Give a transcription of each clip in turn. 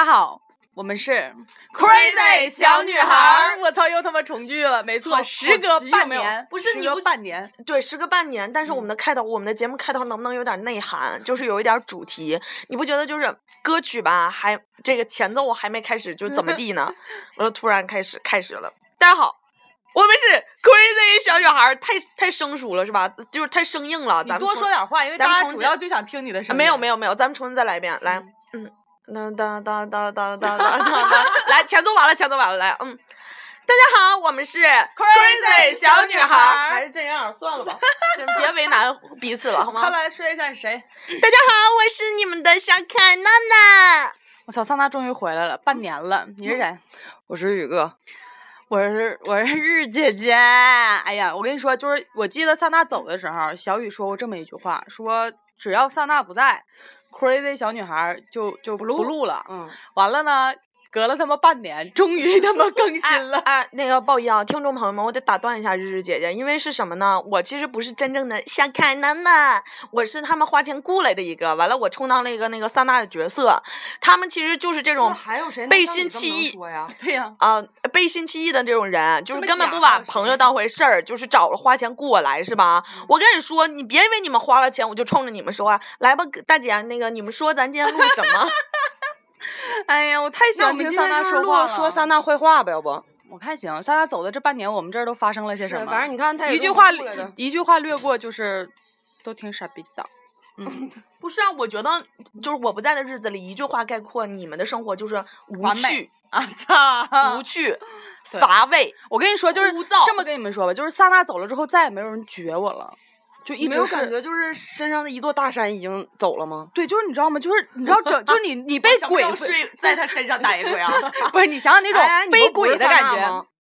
好，我们是 Crazy 小女孩。 我操，又他妈重聚了，没错，时隔半年， 不是你不半年， 对，时隔半年。但是我们的开头，我们的节目开头能不能有点内涵，就是有一点主题？你不觉得就是歌曲吧，还这个前奏还没开始就怎么地呢？我就突然开始了。大家好。我们是 Crazy 小女孩，太生疏了是吧？就是太生硬了。咱们多说点话，因为大家主要就想听你的声音。 没有，咱们重新再来一遍。来，哒，来，前奏完了，来，大家好，我们是 Crazy 小女孩，还是这样，算了吧，就别为难彼此了，好吗？ 快来说一下是谁？ 大家好，我是你们的小可爱娜娜。 我操，桑娜终于回来了，半年了。你是谁？ 我是宇哥。 我是日姐姐。哎呀，我跟你说，就是我记得桑娜走的时候，小雨说过这么一句话，说只要桑娜不在 ，Crazy 小女孩就不录了。完了呢，隔了他妈半年，终于他妈更新了。 那个不好意思啊，听众朋友们，我得打断一下日姐姐，因为是什么呢？我其实不是真正的小可爱娜娜，我是他们花钱雇来的一个，完了我充当了一个那个桑娜的角色。他们其实就是这种背信弃义， 对呀， 背信弃义的这种人，就是根本不把朋友当回事儿，就是找了花钱雇我来，是吧？我跟你说，你别以为你们花了钱，我就冲着你们说话，来吧，大姐，那个你们说咱今天录什么？ 哎呀，我太喜欢听桑娜说话了。 说桑娜坏话吧，要不？ 我看行，桑娜走的这半年，我们这儿都发生了些什么？ 反正你看， 一句话略过，就是都挺傻逼的。 不是啊，我觉得就是我不在的日子里，一句话概括你们的生活就是无趣啊！操， 无趣、乏味。 我跟你说，就是枯燥。 这么跟你们说吧，就是桑娜走了之后，再也没有人撅我了。就一直没有感觉，就是身上的一座大山已经走了吗？ 对，就是你知道吗？就是你知道就是你被鬼睡在他身上待过呀？ 不是，你想想那种被鬼的感觉啊！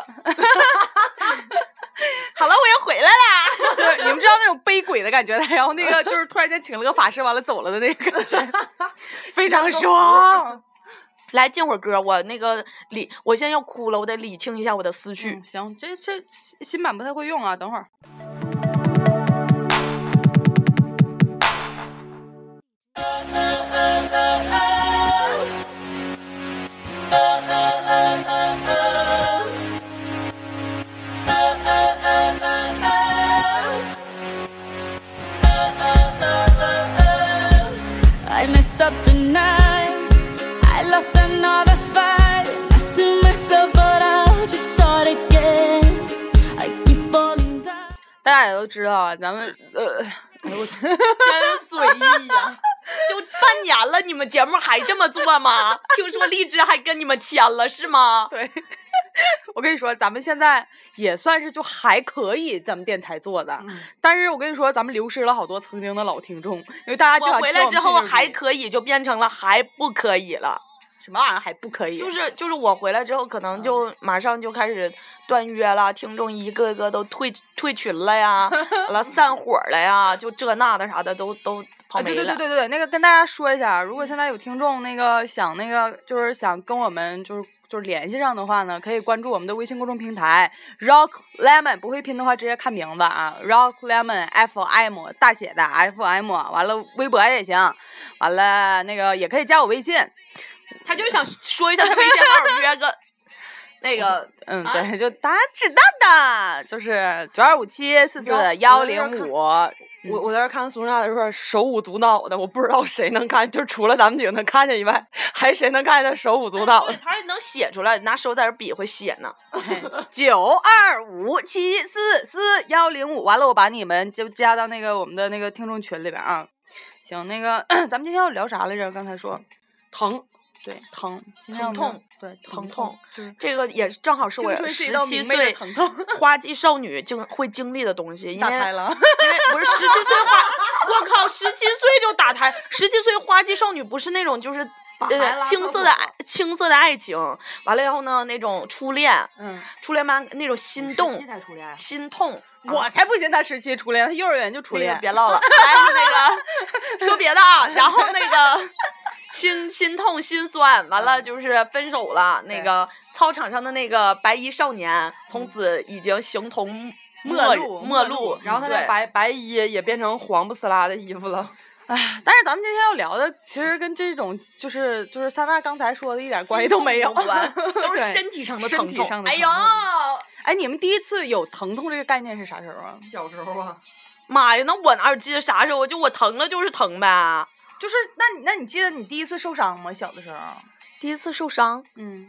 好了，我又回来啦。 就是你们知道那种被鬼的感觉，然后那个就是突然间请了个法师，完了走了的那个感觉，非常爽。 来进会儿歌，我那个我现在要哭了，我得理清一下我的思绪。 行，这新版不太会用啊，等会儿。 I messed up tonight. I lost another fight. I still myself, but I'll just start again. I keep falling down. 大家也都知道啊，咱们哎呦我真随意呀！就半年了，你们节目还这么做吗？听说荔枝还跟你们签了是吗？ 对，我跟你说，咱们现在也算是就还可以，咱们电台做的。但是我跟你说，咱们流失了好多曾经的老听众，因为大家就我回来之后还可以，就变成了还不可以了。 什么玩意儿还不可以？ 就是我回来之后，可能就马上就开始断约了，听众一个个都退群了呀，完了散伙了呀，就这那的啥的都跑没了。 对，那个跟大家说一下，如果现在有听众那个想那个就是想跟我们就是联系上的话呢，可以关注我们的微信公众平台 Rock Lemon， 不会拼的话直接看名字啊 ，Rock Lemon FM 大写的 FM， 完了微博也行，完了那个也可以加我微信。 他就想说一下他微信号，约个那个， 对，就大家知道的，就是9257444105。 我在这看苏娜的时候手舞足蹈的，我不知道谁能看，就除了咱们几个能看见以外，还谁能看见他手舞足蹈的？ 他还能写出来，拿手在这比划写呢。 9257444105，完了我把你们就加到那个我们的那个听众群里边啊。行，那个咱们今天要聊啥来着？刚才说疼。 对，疼痛， 对， 疼痛，就是这个也正好是我17岁疼痛花季少女会经历的东西，因为不是17岁我靠，17岁就打胎，17岁花季少女不是那种就是青涩的爱情，完了以后呢那种初恋，初恋吧那种心动，心痛。 我才不信他17初恋，他幼儿园就初恋。 别唠了，来那个说别的啊，然后那个。心痛心酸，完了就是分手了。那个操场上的那个白衣少年，从此已经形同陌路。 然后他的白衣也变成黄不丝拉的衣服了。 哎，但是咱们今天要聊的，其实跟这种就是萨娜刚才说的一点关系都没有， 都是对身体上的身疼痛。 体上的哎呦， 哎，你们第一次有疼痛这个概念是啥时候啊？ 小时候啊， 妈呀，那我哪有记得啥时候？就我疼了就是疼呗。 就是那你记得你第一次受伤吗？小的时候？ 第一次受伤，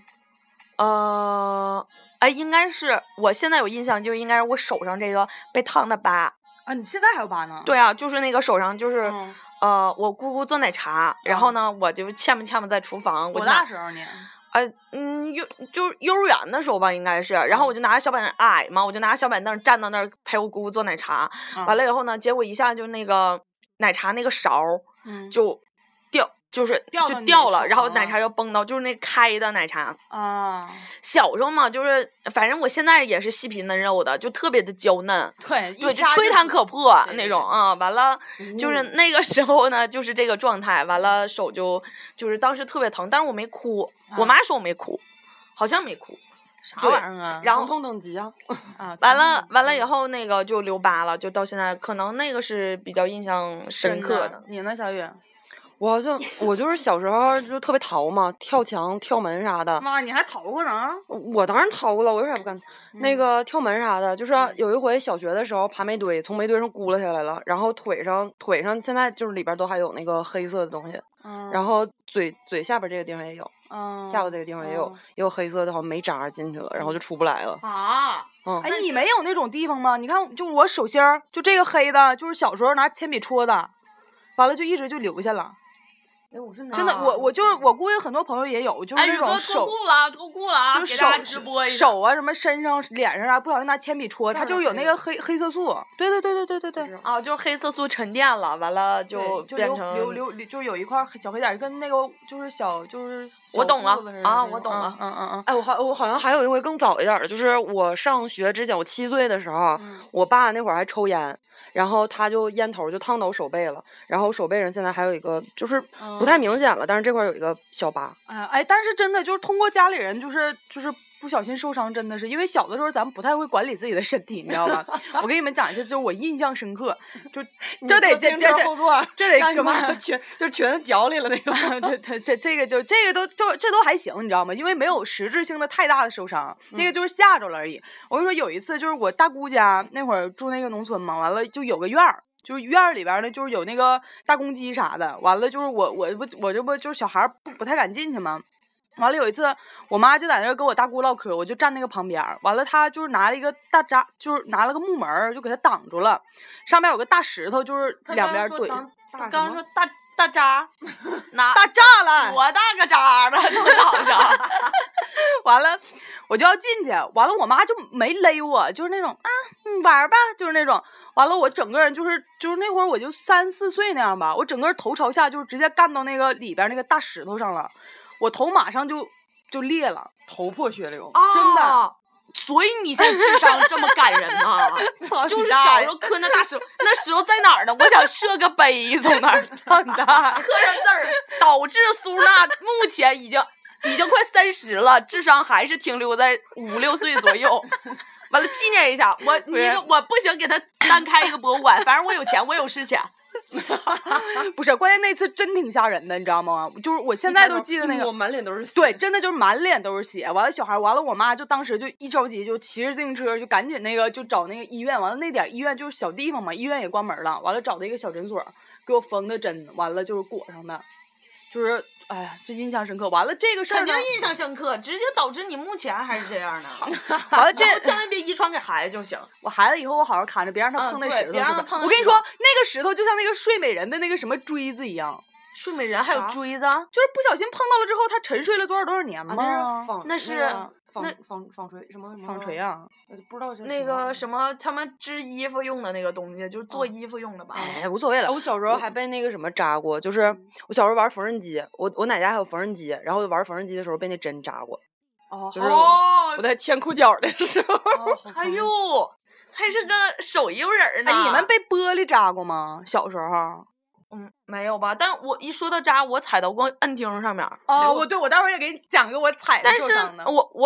哎，应该是我现在有印象，就应该是我手上这个被烫的疤。 啊，你现在还有疤呢？ 对啊，就是那个手上，就是、我姑姑做奶茶，然后呢，我就欠吧在厨房。 多大时候呢？ 就是幼儿园的时候吧，应该是。然后我就拿着小板凳，矮嘛，我就拿着小板凳站到那儿陪我姑姑做奶茶。完了以后呢，结果一下就那个奶茶那个勺就掉。就掉了，然后奶茶就崩到，就是那开的奶茶啊。 小时候嘛，就是反正我现在也是细皮嫩肉的，就特别的娇嫩， 对， 就吹弹可破那种啊。完了，就是那个时候呢，就是这个状态。完了，手就是当时特别疼，但是我没哭，我妈说我没哭，好像没哭。 啥玩意儿啊？ 然后疼痛等级啊。 完了以后那个就留疤了，就到现在，可能那个是比较印象深刻的。 你呢，小雨？ 我就是小时候就特别淘嘛，跳墙、跳门啥的。 妈，你还逃过呢？ 我当然逃过了，我为啥不干？那个跳门啥的，就是有一回小学的时候爬煤堆，从煤堆上轱辘下来了，然后腿上现在就是里边都还有那个黑色的东西，然后嘴下边这个地方也有，下巴这个地方也有黑色的，好像煤渣进去了，然后就出不来了。 啊， 哎，你没有那种地方吗？你看，就我手心儿，就这个黑的，就是小时候拿铅笔戳的，完了就一直就留下了。 哎，我是真的，我就是我估计很多朋友也有，就是那种手脱裤了啊， 就是给大家直播一下手啊什么身上脸上啊，不小心拿铅笔戳，它就是有那个黑色素。对。 啊，就是黑色素沉淀了，完了就变成就是有一块小黑点，跟那个就是我懂了啊，我懂了。 哎，我好像还有一回更早一点的，就是我上学之前，我7岁的时候，我爸那会儿还抽烟，然后他就烟头就烫到我手背了，然后手背上现在还有一个就是不太明显了，但是这块有一个小疤。 哎，但是真的就是通过家里人就是不小心受伤，真的是因为小的时候咱们不太会管理自己的身体，你知道吧？我给你们讲一下，就是我印象深刻，就这得后座， 这得干嘛？ 裙子脚里了那个。 这个都还行，你知道吗？因为没有实质性的太大的受伤，那个就是吓着了而已。我跟你说，有一次就是我大姑家那会儿住那个农村嘛，完了就有个院儿。就是院儿里边呢，就是有那个大公鸡啥的，完了就是我这不就是小孩不太敢进去吗？完了有一次，我妈就在那儿跟我大姑唠嗑，我就站那个旁边，完了她就是拿了一个大闸，就是拿了个木门就给它挡住了，上面有个大石头，就是两边怼。 他刚刚说大渣，拿大栅栏， 多大个渣呢？能挡上？ 完了我就要进去，完了我妈就没勒我，就是那种玩吧，就是那种。完了，我整个人就是那会儿我就3、4岁那样吧，我整个头朝下就是直接干到那个里边那个大石头上了，我头马上就裂了， 头破血流， 真的。 所以你现在智商这么感人呐？就是小时候磕那大石头，那石头在哪儿呢？我想设个碑从那儿放大， 刻上字儿，导致苏娜目前已经快30了，智商还是停留在5、6岁左右。完了纪念一下我不行，给他单开一个博物馆，反正我有钱，我有事钱。 不是，关键那次真挺吓人的，你知道吗？就是我现在都记得那个， 我满脸都是血。 对，真的就是满脸都是血。完了小孩，完了我妈就当时就一着急就骑着自行车就赶紧那个就找那个医院，完了那点医院就是小地方嘛，医院也关门了，完了找的一个小诊所给我缝的针，完了就是裹上的。就是哎呀，这印象深刻。完了这个事儿肯定印象深刻，直接导致你目前还是这样的。 完了这千万别遗传给孩子就行。 我孩子以后我好好看着，别让他碰那石头。 别让他碰。 我跟你说，那个石头就像那个睡美人的那个什么锥子一样。 睡美人还有锥子？ 就是不小心碰到了之后，他沉睡了多少年吗？ 那是纺锤什么纺锤啊？ 不知道那个什么他们织衣服用的那个东西，就是做衣服用的吧？ 哎，无所谓了。 我小时候还被那个什么扎过，就是我小时候玩缝纫机，我奶家还有缝纫机，然后玩缝纫机的时候被那针扎过。就是我在牵裤脚的时候。 哎呦，还是个手艺人呢。 你们被玻璃扎过吗？小时候？ 没有吧？但我一说到扎，我踩到过摁钉上面。 哦，我待会儿也给你讲个我踩的受伤的。 但是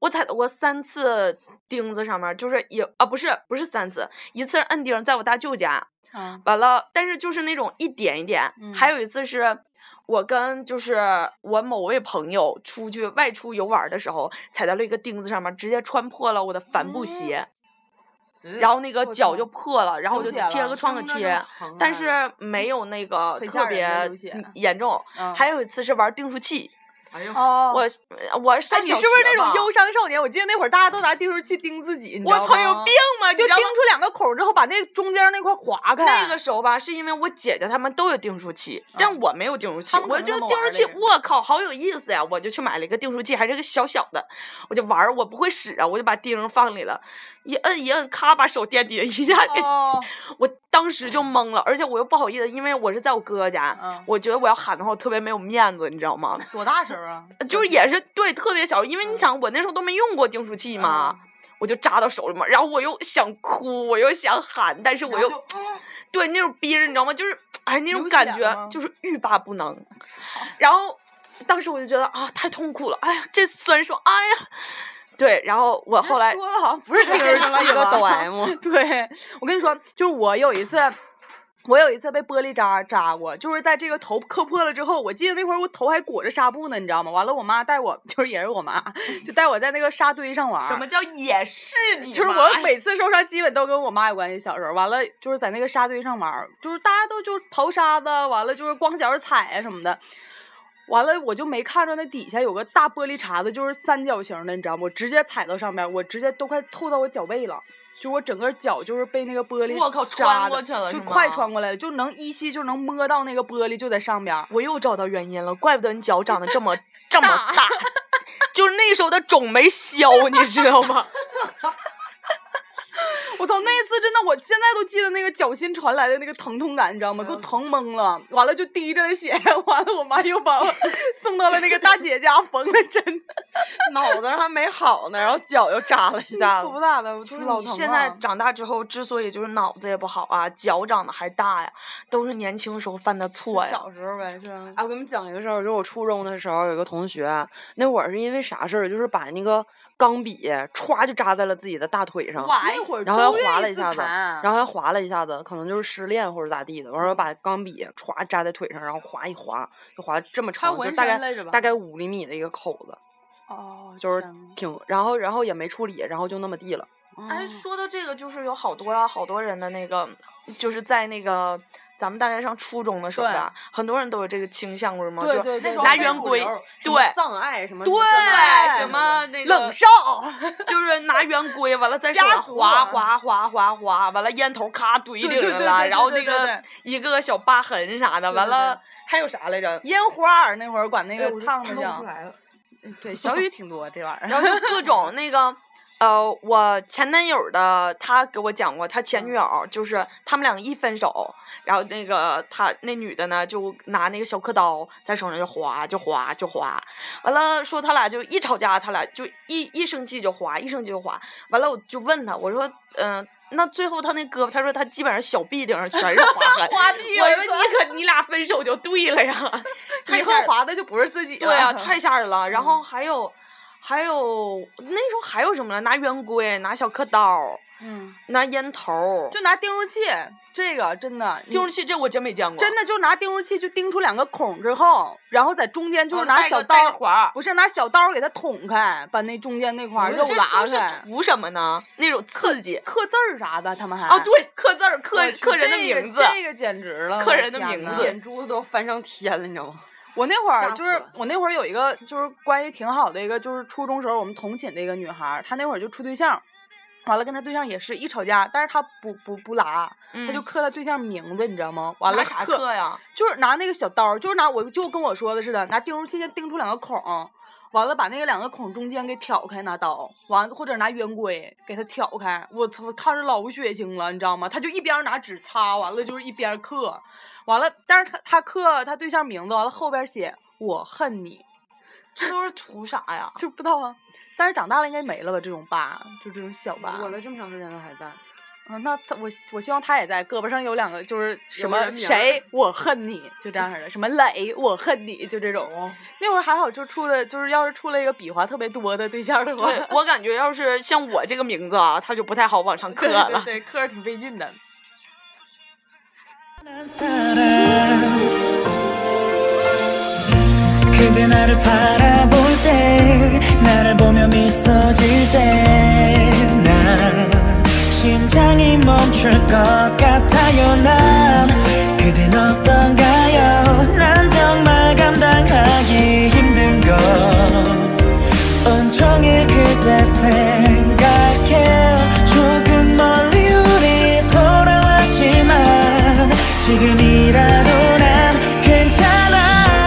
我踩到过3次钉子上面，就是不是3次，一次是摁钉在我大舅家，完了，但是就是那种一点一点，还有一次是我跟就是我某位朋友外出游玩的时候，踩到了一个钉子上面，直接穿破了我的帆布鞋。然后那个脚就破了，然后我就贴了个创可贴，但是没有那个特别严重。还有一次是玩订书器。 哎呦， 我上你是不是那种忧伤少年？我记得那会儿大家都拿订书器钉自己， 我操，有病吗？ 就钉出2个孔之后，把那中间那块划开。 那个时候吧，是因为我姐姐他们都有订书器，但我没有订书器。我就订书器，我靠，好有意思呀！我就去买了一个订书器，还是个小小的，我就玩，我不会使啊，我就把钉放里了，一摁，咔，把手垫底下一下，我当时就懵了，而且我又不好意思，因为我是在我哥哥家，我觉得我要喊的话，我特别没有面子，你知道吗？ 多大声？ 就是也是对特别小，因为你想我那时候都没用过订书器嘛，我就扎到手里面，然后我又想哭，我又想喊，但是我又对那种憋着，你知道吗？就是那种感觉就是欲罢不能。然后当时我就觉得太痛苦了，哎呀，这酸爽，哎呀。对，然后我后来说的好像不是这个是一个抖 M。 对，我跟你说，就是我有一次被玻璃渣扎过，就是在这个头磕破了之后，我记得那会儿我头还裹着纱布呢，你知道吗？完了，我妈带我，就是也是我妈，就带我在那个沙堆上玩。 什么叫也是你？ 就是我每次受伤基本都跟我妈有关系。小时候完了，就是在那个沙堆上玩，就是大家都就刨沙子，完了就是光脚踩啊什么的。完了，我就没看着那底下有个大玻璃碴子，就是3角形的，你知道吗？我直接踩到上面，我直接都快透到我脚背了。就我整个脚就是被那个玻璃， 我靠，穿过去了， 就快穿过来了，就能依稀就能摸到那个玻璃就在上边。 我又找到原因了，怪不得你脚长得这么大，就是那时候的肿没消，你知道吗？ 我操！那次真的，我现在都记得那个脚心传来的那个疼痛感，你知道吗？给我疼懵了。完了就滴着血，完了我妈又把我送到了那个大姐家缝了针， 脑子还没好呢，然后脚又扎了一下子。 不大的，我就是老疼了。 现在长大之后，之所以就是脑子也不好啊，脚长得还大呀，都是年轻时候犯的错呀。 小时候呗，是吧？ 我跟你们讲一个事儿，就是我初中的时候有一个同学，那会儿是因为啥事儿，就是把那个钢笔歘就扎在了自己的大腿上，然后还划了一下子，可能就是失恋或者咋地的，完了把钢笔歘扎在腿上，然后划一划，就划这么长，就大概5厘米的一个口子。就是挺，然后也没处理，然后就那么地了。 说到这个，就是有好多人的那个，就是在那个咱们大概上初中的时候吧，很多人都有这个倾向，为什么？ 对， 拿圆规，对， 障碍什么， 对，什么那个冷少， 就是拿圆规，完了在手上划，完了烟头咔怼顶上了，然后那个一个小疤痕啥的，完了还有啥来着？ 烟花那会儿管那个烫的叫。对，小雨挺多这玩意儿， 然后就各种那个，我前男友的他给我讲过，他前女友就是他们两个一分手，然后那个他那女的呢就拿那个小刻刀在手上就划，完了说他俩就一吵架，他俩就一生气就划，完了我就问他，我说那最后他那胳膊，他说他基本上小臂顶上全是划痕。我说你俩分手就对了呀， 以后划的就不是自己了。 对啊，太吓人了。然后还有那时候还有什么了？拿圆规，拿小刻刀，拿烟头， 就拿订书器。这个真的， 订书器这我真没见过。 真的就拿订书器就钉出2个孔之后，然后在中间就是拿小刀，不是拿小刀给它捅开，把那中间那块肉拉开。 这是图什么呢？那种刺激， 刻字儿啥的，他们还对，刻字儿，刻人的名字， 这个简直了， 刻人的名字， 眼珠子都翻上天了，你知道吗？ 我那会儿有一个就是关系挺好的一个，就是初中时候我们同寝的一个女孩，她那会儿就处对象。完了，跟他对象也是一吵架，但是他不拉，他就刻他对象名字，你知道吗？完了啥刻呀？ 就是拿那个小刀，就是我就跟我说的似的，拿订书器先钉出2个孔，完了把那个2个孔中间给挑开，拿刀，完或者拿圆规给他挑开。我操，看着老血腥了，你知道吗？他就一边拿纸擦，完了就是一边刻，完了，但是他刻他对象名字，完了后边写我恨你， 这都是图啥呀？ 就不知道啊。但是长大了应该没了吧？这种疤，就这种小疤。 我的这么长时间都还在。 那我希望他也在，胳膊上有2个，就是什么人名谁我恨你，就这样式的，什么磊我恨你，就这种。那会儿还好，就出的就是要是出了一个笔画特别多的对象的话， 对我感觉要是像我这个名字啊，他就不太好往上刻对了。 对，刻着挺费劲的。 그대 나를 바라볼 때 나를 보며 미소 질 때 난 심장이 멈출 것 같아요 난 그댄 어떤가요 난 정말 감당하기 힘든 걸 온종일 그대 생각해 조금 멀리 우리 돌아왔지만 지금이라도 난 괜찮아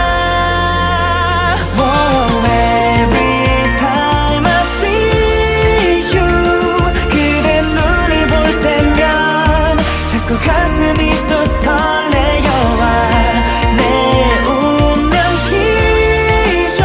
가슴이 또 설레어와 내 운명시죠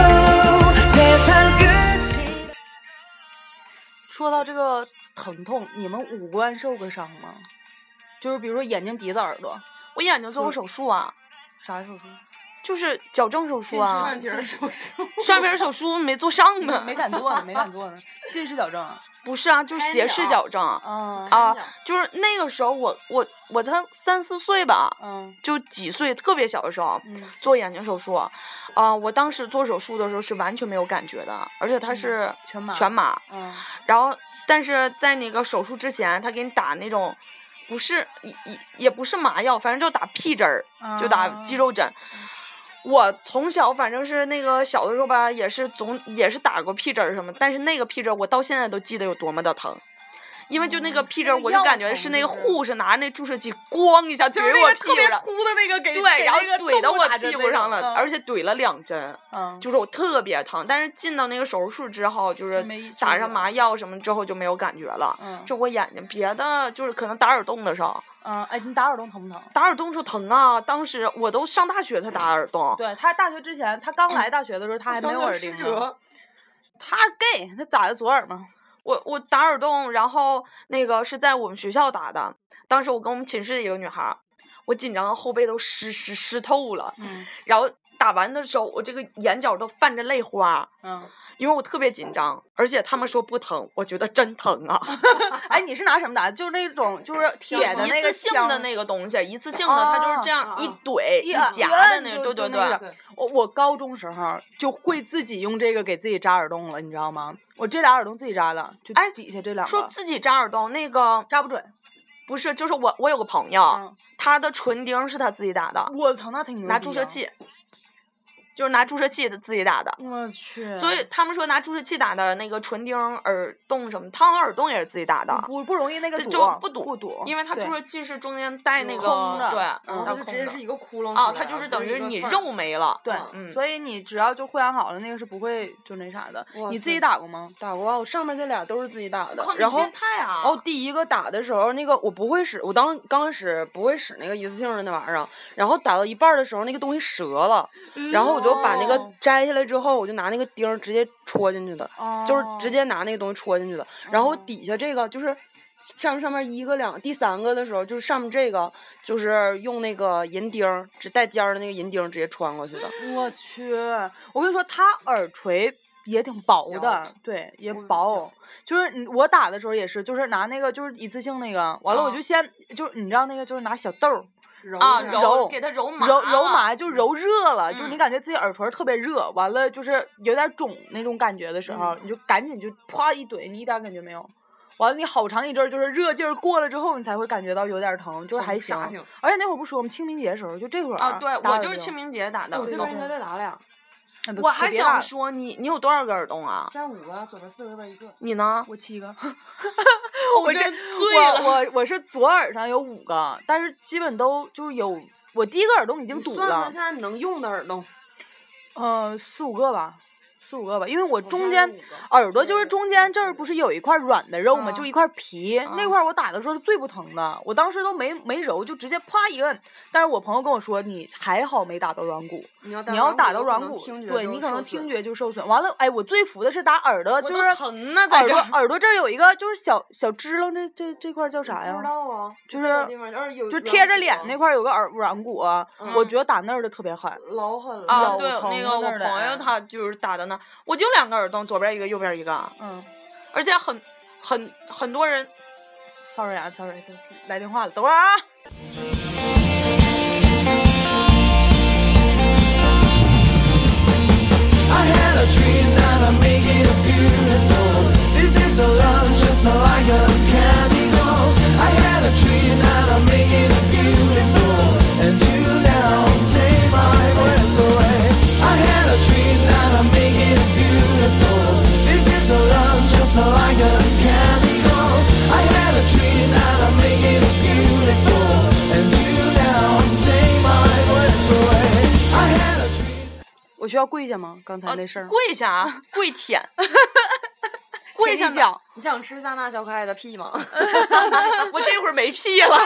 세상 끝이 说到这个疼痛，你们五官受过伤吗？就是比如说眼睛、鼻子、耳朵， 我眼睛做过手术啊， 啥手术？ 就是矫正手术啊， 双眼皮手术， 双眼皮手术没做上呢， 没敢做呢，没敢做呢。近视矫正啊？ 不是啊，就是斜视矫正啊啊，就是那个时候我才3、4岁吧，就几岁特别小的时候做眼睛手术，我当时做手术的时候是完全没有感觉的，而且它是全麻，然后但是在那个手术之前，他给你打那种不是也不是麻药，反正就打屁针儿，就打肌肉针。我从小反正是那个小的时候吧，也是打过屁针儿什么，但是那个屁针儿我到现在都记得有多么的疼，因为就那个屁针儿，我就感觉是那个护士拿着那注射器咣一下怼我屁股上， 粗的那个给对，然后怼到我屁屁股上了，而且怼了2针，就是我特别疼。但是进到那个手术室之后，就是打上麻药什么之后就没有感觉了。就我眼睛，别的就是可能打耳洞的时候。 哎，你打耳洞疼不疼？ 打耳洞时候疼啊！当时我都上大学才打耳洞。 对，他大学之前，他刚来大学的时候，他还没有耳钉呢。他 gay， 他打的左耳吗？ 我打耳洞，然后那个是在我们学校打的。当时我跟我们寝室的一个女孩，我紧张的后背都湿透了。然后打完的时候，我这个眼角都泛着泪花。因为我特别紧张，而且他们说不疼，我觉得真疼啊！ 哎，你是拿什么打？就是那种就是铁的那个一次性的那个东西，一次性的，它就是这样一怼一夹的那个，对。 我高中时候就会自己用这个给自己扎耳洞了，你知道吗？我这俩耳洞自己扎的，就底下这两个。 说自己扎耳洞那个扎不准， 不是，就是我有个朋友，他的唇钉是他自己打的。 我操，那挺牛逼！ 拿注射器。就是拿注射器自己打的， 我去。 所以他们说拿注射器打的那个唇钉、耳洞什么，汤耳洞也是自己打的， 不容易那个堵， 就不堵， 因为它注射器是中间带那个空的， 对， 它就直接是一个窟窿啊，它就是等于你肉没了， 对，所以你只要就护养好了，那个是不会就那啥的。你自己打过吗？ 打过，我上面这俩都是自己打的。然后变态啊！ 哦，第一个打的时候，那个我不会使，我刚开始不会使那个一次性的那玩意儿，然后打到一半的时候，那个东西折了，然后我就把那个摘下来之后，我就拿那个钉直接戳进去的，就是直接拿那个东西戳进去的。然后底下这个就是上面1个2，第3个的时候就是上面这个就是用那个银钉只带尖的那个银钉直接穿过去的。 我去，我跟你说，他耳垂也挺薄的，对，也薄。就是我打的时候也是，就是拿那个就是一次性那个，完了我就先就是你知道那个就是拿小豆揉给它揉麻，就揉热了，就是你感觉自己耳垂特别热，完了就是有点肿那种感觉的时候，你就赶紧就啪一怼，你一点感觉没有。完了你好长一阵就是热劲儿过了之后，你才会感觉到有点疼，就是还行。而且那会儿不说我们清明节的时候，就这会儿啊，对我就是清明节打的。 我这边应该再打俩。 我还想说你有多少个耳洞啊？ 现在5个，左边4个，右边1个。 你呢？ 我7个。 我真醉了。 我是左耳上有5个，但是基本都就是有。我第一个耳洞已经堵了。 算现在能用的耳洞。 4、5个吧。 4、5个吧，因为我中间耳朵就是中间这儿不是有一块软的肉吗？就一块皮，那块我打的时候是最不疼的，我当时都没揉，就直接啪一摁。但是我朋友跟我说，你还好没打到软骨，你要打到软骨，对你可能听觉就受损。完了，哎，我最服的是打耳朵，就是疼呢，在耳朵这儿有一个就是小支棱，这块叫啥呀？ 不知道啊， 就是就贴着脸那块有个软骨，我觉得打那儿的特别狠， 老狠了啊！对，那个我朋友他就是打的那，我就2个耳洞，左边一个，右边一个。而且很多人 ，sorry 啊 ，sorry， 来电话了，等会儿啊。 I had a dream that I make it beautiful. This is a love just like a chemical. I had a dream that I make it beautiful, and you now take my breath away. I had a dream that I make it beautiful. This is a love just like a chemical. I had a dream that I make it beautiful, and you now take my breath away. I had a dream. 我需要跪下吗？刚才那事儿、 跪下啊，跪舔，跪下讲。 你想吃萨那小可爱的屁吗？ 我这会儿没屁了。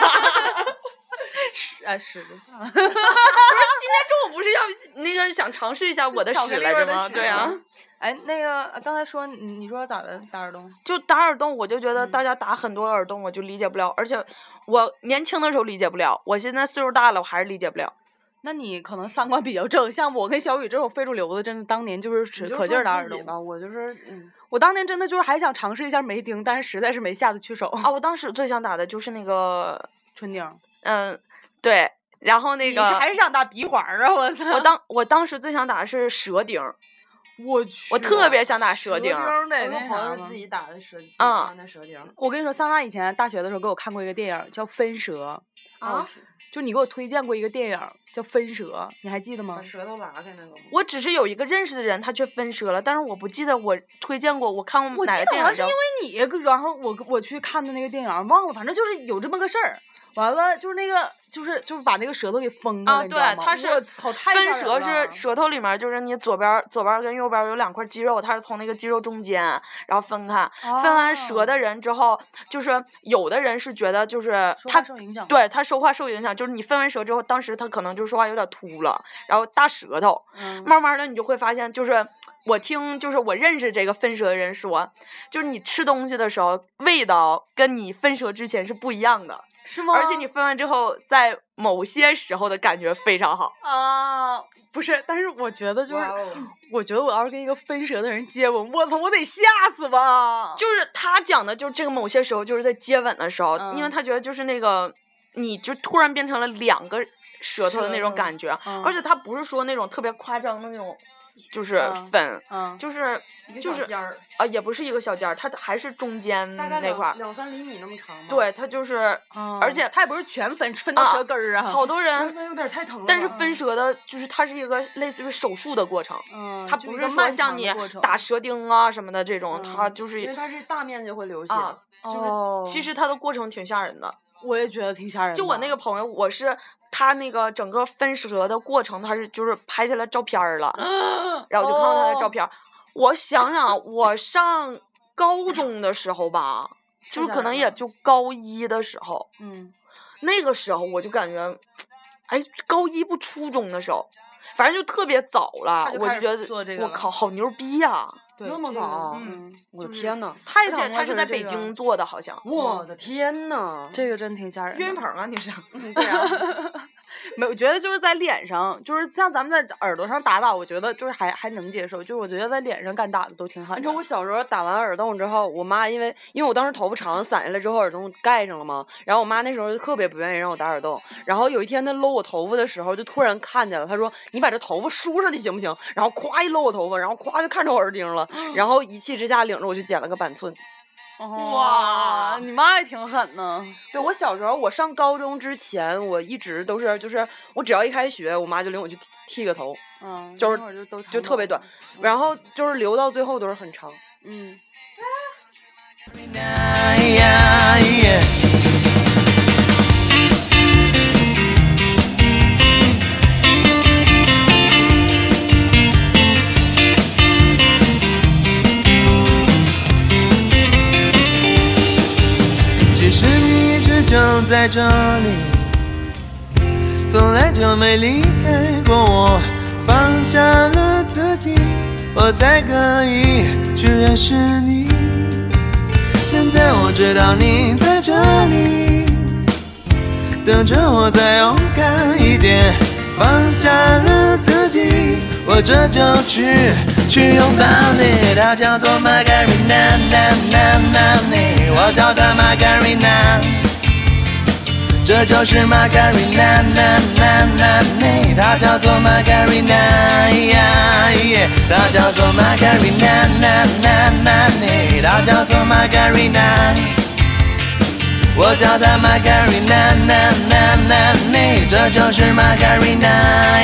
屎就算了。 不是，今天中午不是要那个想尝试一下我的屎来着吗？对啊。 哎，那个刚才说你说打耳洞， 就打耳洞，我就觉得大家打很多耳洞，我就理解不了，而且我年轻的时候理解不了，我现在岁数大了，我还是理解不了。 那你可能三观比较正，像我跟小雨这种非主流的，真的当年就是可劲儿打耳洞吧。我就是我当年真的就是还想尝试一下梅钉，但是实在是没下得去手啊。我当时最想打的就是那个春钉， 对，然后那个你还是想打鼻环啊？我操！ 我当时最想打的是舌钉。 我去！ 我特别想打舌钉。 我朋友是自己打的舌钉。 我跟你说，桑娜以前大学的时候给我看过一个电影叫《分舌》啊。就你给我推荐过一个电影叫《分舌》，你还记得吗？ 把舌头拉开那个。 我只是有一个认识的人，他却分舌了，但是我不记得我推荐过，我看过哪个电影。 我记得好像是因为你，然后我去看的那个电影，忘了，反正就是有这么个事儿。完了就是那个就是把那个舌头给封了， 对，它是分舌是舌头里面就是你左边跟右边有2块肌肉，它是从那个肌肉中间然后分开。分完舌的人之后，就是有的人是觉得就是他对他说话受影响，就是你分完舌之后，当时他可能就说话有点秃了，然后大舌头，慢慢的你就会发现就是。我听就是我认识这个分舌的人说，就是你吃东西的时候味道跟你分舌之前是不一样的， 是吗？ 而且你分完之后，在某些时候的感觉非常好啊！不是，但是我觉得就是，我觉得我要是跟一个分舌的人接吻，我操，我得吓死吧！ 就是他讲的，就是这个某些时候就是在接吻的时候，因为他觉得就是那个，你就突然变成了2个舌头的那种感觉，而且他不是说那种特别夸张的那种。就是分，就是也不是一个小尖儿，它还是中间那块儿 ，2-3厘米那么长。 对，它就是，而且它也不是全分到舌根儿啊。 好多人有点太疼了。 但是分舌的，就是它是一个类似于手术的过程，它不是说像你打舌钉啊什么的这种，它就是因为它是大面积会流血， 就是其实它的过程挺吓人的。 我也觉得挺吓人的。 就我那个朋友，我是他那个整个分舌的过程，他是就是拍下来照片了，然后我就看到他的照片。我想想，我上高中的时候吧，就是可能也就高1的时候，那个时候我就感觉，哎，高1不初中的时候，反正就特别早了，我就觉得我靠，好牛逼呀！ 那么早，我的天呐， 太疼了！ 而且他是在北京做的，好像。 我的天呐， 这个真挺吓人。 岳云鹏啊，你是？ 对啊。没，我觉得就是在脸上，就是像咱们在耳朵上打，我觉得就是还能接受。就是我觉得在脸上敢打的都挺狠。 你说我小时候打完耳洞之后，我妈因为我当时头发长散下来之后，耳洞盖上了嘛，然后我妈那时候就特别不愿意让我打耳洞。然后有一天她搂我头发的时候，就突然看见了，她说：“你把这头发梳上去行不行？”然后咵一搂我头发，然后咵就看着我耳钉了，然后一气之下领着我去剪了个板寸。 哇，你妈也挺狠呢。 对，我小时候，我上高中之前，我一直都是，就是我只要一开学，我妈就领我去剃个头，就特别短，然后就是留到最后都是很长， 就在这里，从来就没离开过我，放下了自己，我才可以去认识你。现在我知道你在这里，等着我再勇敢一点，放下了自己，我这就去拥抱你。她叫做 Margarina， 我叫她 Margarina， 这就是 Margarina， 她叫做 Margarina， 她叫做 Margarina， 她叫做 Margarina， 我叫她 Margarina， 这就是 Margarina。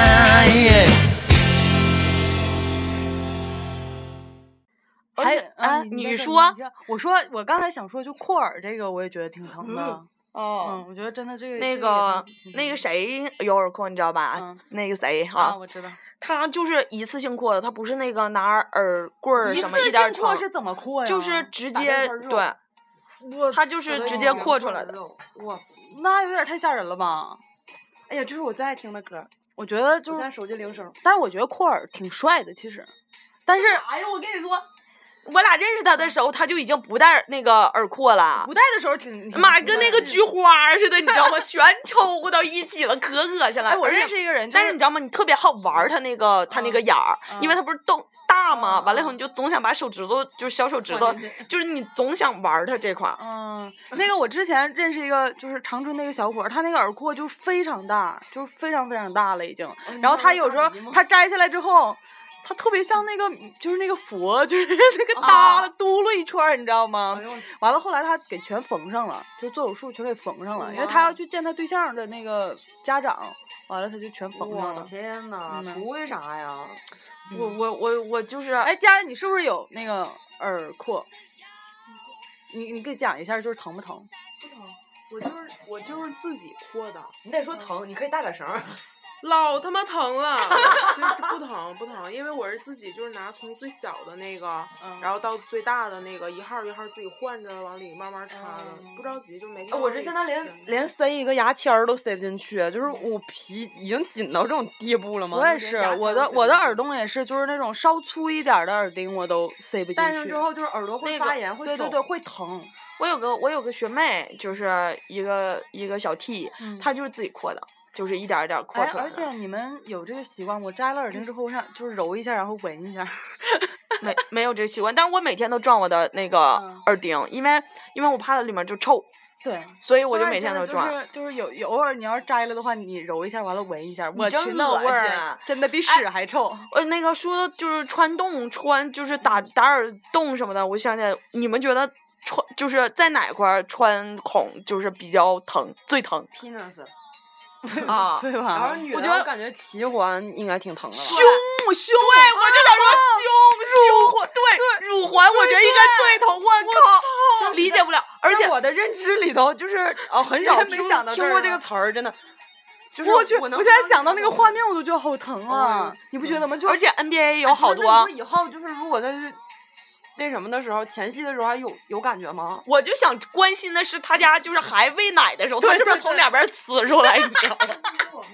还你说， 我刚才想说，就扩耳这个，我也觉得挺疼的。 哦， 我觉得真的这个那个谁有耳廓，你知道吧？那个谁啊，我知道。 他就是一次性扩的，他不是那个拿耳棍儿什么一点扩是怎么扩呀？ 就是直接对，他就是直接扩出来的。 哇， 那有点太吓人了吧？ 哎呀，这是我最爱听的歌， 我觉得就是在手机铃声。 但是我觉得扩耳挺帅的，其实。但是， 哎呦，我跟你说。我俩认识他的时候，他就已经不戴那个耳廓了。 不戴的时候挺妈，跟那个菊花似的，你知道吗？全抽到一起了，可恶心了。 哎，我认识一个人， 但是你知道吗？你特别好玩他那个眼儿，因为他不是洞大嘛，完了以后你就总想把手指头，就是小手指头，就是你总想玩他这块儿。 那个我之前认识一个，就是长春那个小伙，他那个耳廓就非常大，就是非常非常大了已经。然后他有时候他摘下来之后。他特别像那个，就是那个佛，就是那个耷拉嘟噜一圈，你知道吗？完了后来他给全缝上了，就做手术全给缝上了，因为他要去见他对象的那个家长，完了他就全缝上了。 天呐，图为啥呀？ 我就是， 哎，佳人，你是不是有那个耳廓？你给讲一下，就是疼不疼？ 不疼，我就是自己扩的。 你得说疼，你可以大点声。 老他妈疼了，其实不疼，因为我是自己就是拿从最小的那个，然后到最大的那个一号一号自己换着往里慢慢插的，不着急就没。 我这现在连塞一个牙签儿都塞不进去，就是我皮已经紧到这种地步了吗？ 我也是，我的耳洞也是，就是那种稍粗一点的耳钉我都塞不进去。 戴上之后就是耳朵会发炎，会对会疼。 我有个学妹，就是一个小 T， 她就是自己扩的。就是一点一点扩出来的。 而且你们有这个习惯，我摘了耳钉之后，我想就是揉一下，然后闻一下。 没有这个习惯，但是我每天都撞我的那个耳钉，因为我怕它里面就臭。 对， 所以我就每天都撞。 就是有偶尔你要是摘了的话，你揉一下，完了闻一下，我去那味儿，真的比屎还臭。 那个说就是穿就是打耳洞什么的，我想起来，你们觉得就是在哪块穿孔就是比较疼，最疼 ？Penis。 啊， 对吧？ 然后女的我感觉齐环应该挺疼的吧？ 胸，对，我就想说胸环，对，乳环我觉得应该最疼，我靠，理解不了。而且我的认知里头就是很少听过这个词儿，真的。就是我去，我现在想到那个画面，我都觉得好疼啊！你不觉得吗？ 而且 NBA 有好多。 以后就是如果他是。那什么的时候，前戏的时候还有感觉吗？ 我就想关心的是他家就是还喂奶的时候，他是不是从两边呲出来？你知道吗？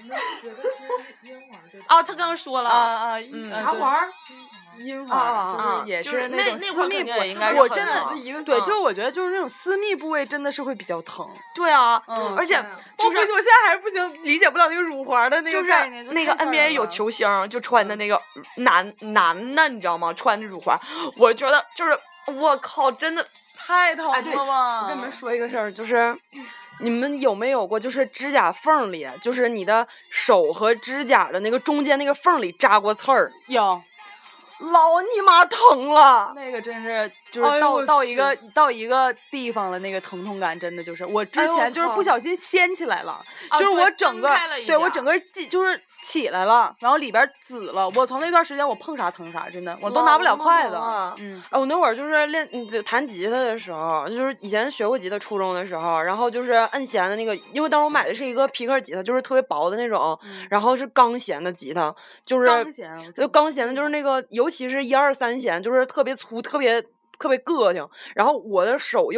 啊，他刚刚说了啥环？ 阴环就是也是那种私密部位，我真的对，就是我觉得就是那种私密部位真的是会比较疼。 对啊，而且我现在还是不行，理解不了那个乳环的那个概念。 那个 NBA 有球星就穿的那个男的，你知道吗？穿的乳环，我觉得就是我靠，真的太疼了吧！ 我跟你们说一个事儿，就是你们有没有过，就是指甲缝里，就是你的手和指甲的那个中间那个缝里扎过刺儿？ 有。 老你妈疼了， 那个真是就是到一个地方了，那个疼痛感真的就是我之前就是不小心掀起来了，就是我整个我整个就是起来了，然后里边紫了。我从那段时间我碰啥疼啥，真的我都拿不了筷子。 我那会儿就是弹吉他的时候，就是以前学过吉他，初中的时候，然后就是摁弦的那个，因为当时我买的是一个皮克吉他，就是特别薄的那种，然后是钢弦的吉他，就是钢弦的，就是那个尤其是1、2、3弦，就是特别粗，特别个挺。然后我的手又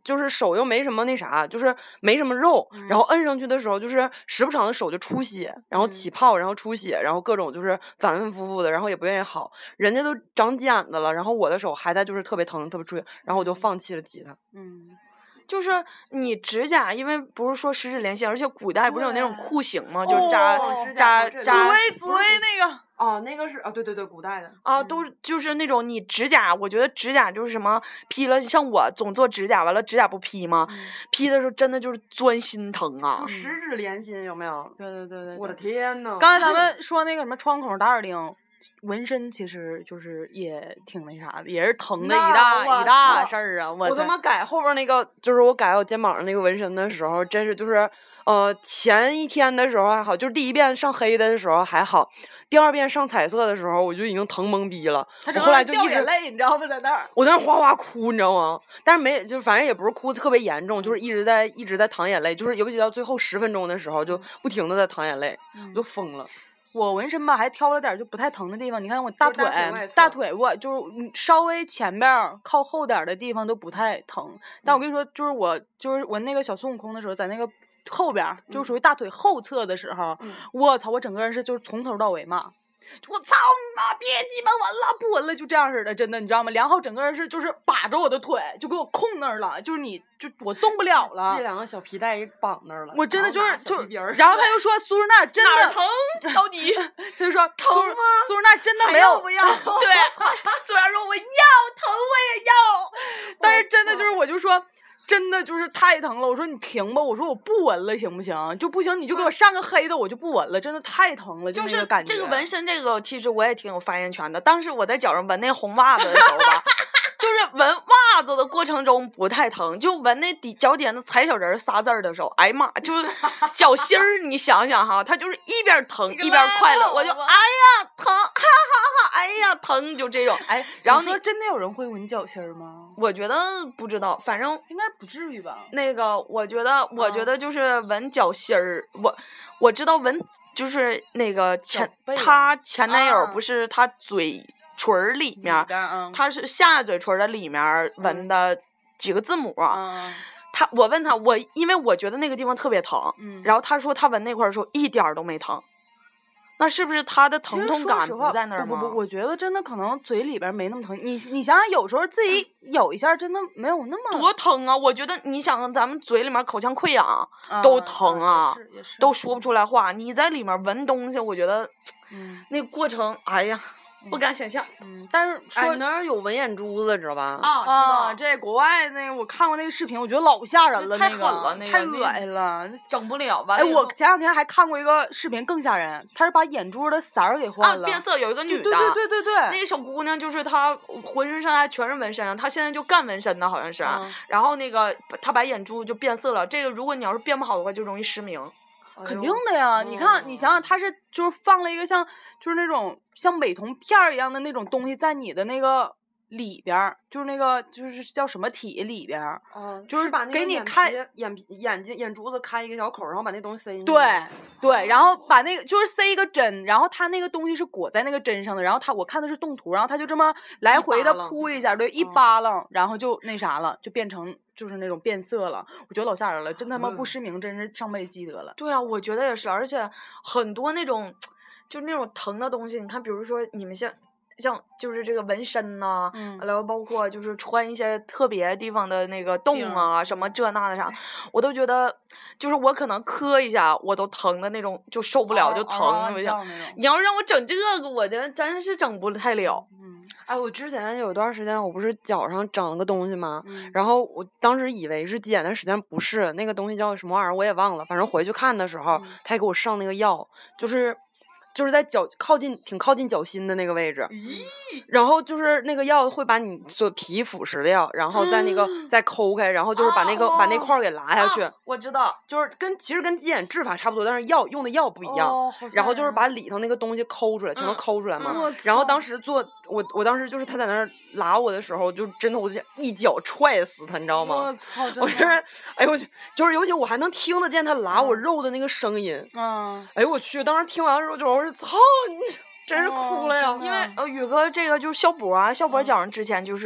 就是手又没什么那啥，就是没什么肉，然后摁上去的时候，就是时不常的手就出血，然后起泡，然后出血，然后各种就是反反复复的，然后也不愿意好。人家都长茧子了，然后我的手还在就是特别疼，特别出血，然后我就放弃了吉他。 就是你指甲，因为不是说十指连心，而且古代不是有那种酷刑吗？就扎紫薇那个。 哦，那个是啊，对对对，古代的啊，都就是那种你指甲，我觉得指甲就是什么劈了，像我总做指甲，完了指甲不劈吗？劈的时候真的就是钻心疼啊！ 十指连心有没有？ 对， 我的天呐！ 刚才咱们说那个什么窗口打耳钉。纹身其实就是也挺那啥的，也是疼的一大事儿啊！ 我他妈改后边那个，就是我改我肩膀上那个纹身的时候，真是就是前一天的时候还好，就是第一遍上黑的时候还好，第二遍上彩色的时候我就已经疼懵逼了。我后来就一直泪，你知道吗？在那儿， 我在那哗哗哭，你知道吗？但是没，就反正也不是哭的特别严重，就是一直在淌眼泪，就是尤其到最后10分钟的时候，就不停的在淌眼泪，我就疯了。 我纹身吧，还挑了点就不太疼的地方。你看我大腿，我就是稍微前边靠后点的地方都不太疼。但我跟你说，就是我纹那个小孙悟空的时候，在那个后边，就属于大腿后侧的时候，我操，我整个人是就是从头到尾骂。我操你妈！别鸡巴纹了，不纹了，就这样似的，真的，你知道吗？梁浩整个人是就是把着我的腿，就给我控那儿了，就是我动不了了。 系2个小皮带给绑那儿了。 我真的然后他就说苏日娜真的疼，到底他就说疼吗？ 苏日娜真的没有不要？对，苏然说我要疼，我也要。 但是真的就是我就说。真的就是太疼了，我说你停吧，我说我不纹了行不行？就不行你就给我上个黑的，我就不纹了，真的太疼了， 就是那个感觉。 这个纹身，这个其实我也挺有发言权的。当时我在脚上纹那红袜子的时候吧，就是纹袜子的过程中不太疼，就纹那脚底下那踩小人仨字儿的时候，哎呀妈，就是脚心儿，你想想哈，它就是一边疼一边快乐，我就哎呀疼，哈哈哈，哎呀疼，就这种。 哎， 然后你说真的有人会纹脚心儿吗？ 我觉得不知道，反正应该不至于吧。 那个，我觉得就是纹脚心儿，我知道纹就是那个他前男友不是他嘴唇里面，他是下嘴唇的里面纹的几个字母。我问他，因为我觉得那个地方特别疼，然后他说他纹那块的时候一点都没疼。那是不是他的疼痛感不在那儿吗？ 不，我觉得真的可能嘴里边没那么疼。你想想，有时候自己有一下真的没有那么多疼啊！我觉得你想咱们嘴里面口腔溃疡都疼啊， 也是都说不出来话。你在里面闻东西，我觉得，那个过程，哎呀。不敢想象， 但是说你那儿有纹眼珠子，知道吧？ 啊，这国外那个我看过那个视频，我觉得老吓人了， 太狠了，那个太恶心了， 整不了吧？ 哎，我前2天还看过一个视频更吓人，他是把眼珠的色儿给换了， 变色，有一个女的， 对， 那个小姑娘就是她浑身上下全是纹身，她现在就干纹身的，好像是，然后那个她把眼珠就变色了，这个如果你要是变不好的话，就容易失明。 肯定的呀，你看，你想想，他是就是放了一个像就是那种像美瞳片儿一样的那种东西在你的那个里边儿，就是那个就是叫什么体里边儿，就是把那个给你开眼珠子开一个小口，然后把那东西塞进去。 对，然后把那个就是塞一个针，然后它那个东西是裹在那个针上的，然后我看的是动图，然后他就这么来回的扑一下，对，一扒拉，然后就那啥了，就变成。就是那种变色了，我觉得老吓人了，真他妈不失明，真是上辈子积德了。 对啊，我觉得也是，而且很多那种就是那种疼的东西，你看，比如说你们像就是这个纹身呐，然后包括就是穿一些特别地方的那个洞啊，什么这那的啥，我都觉得就是我可能磕一下我都疼的那种，就受不了就疼。你要让我整这个，我真是整不太了。 哎，我之前有段时间我不是脚上长了个东西吗？然后我当时以为是癣，但实际上不是，那个东西叫什么玩意儿我也忘了，反正回去看的时候，他还给我上那个药，就是在脚挺靠近脚心的那个位置，然后就是那个药会把你所皮腐蚀掉，然后再那个再抠开，然后就是把那块给拉下去。 我知道， 就是其实跟鸡眼治法差不多，但是用的药不一样。然后就是把里头那个东西抠出来，全都抠出来嘛。然后当时我当时就是他在那儿拉我的时候，就真的我就一脚踹死他，你知道吗？ 我操！ 我就是哎呦我去，就是尤其我还能听得见他拉我肉的那个声音。哎呦我去！当时听完的时候就。操你！真是哭了呀！ 因为宇哥这个就是肖博啊，肖博脚上之前就是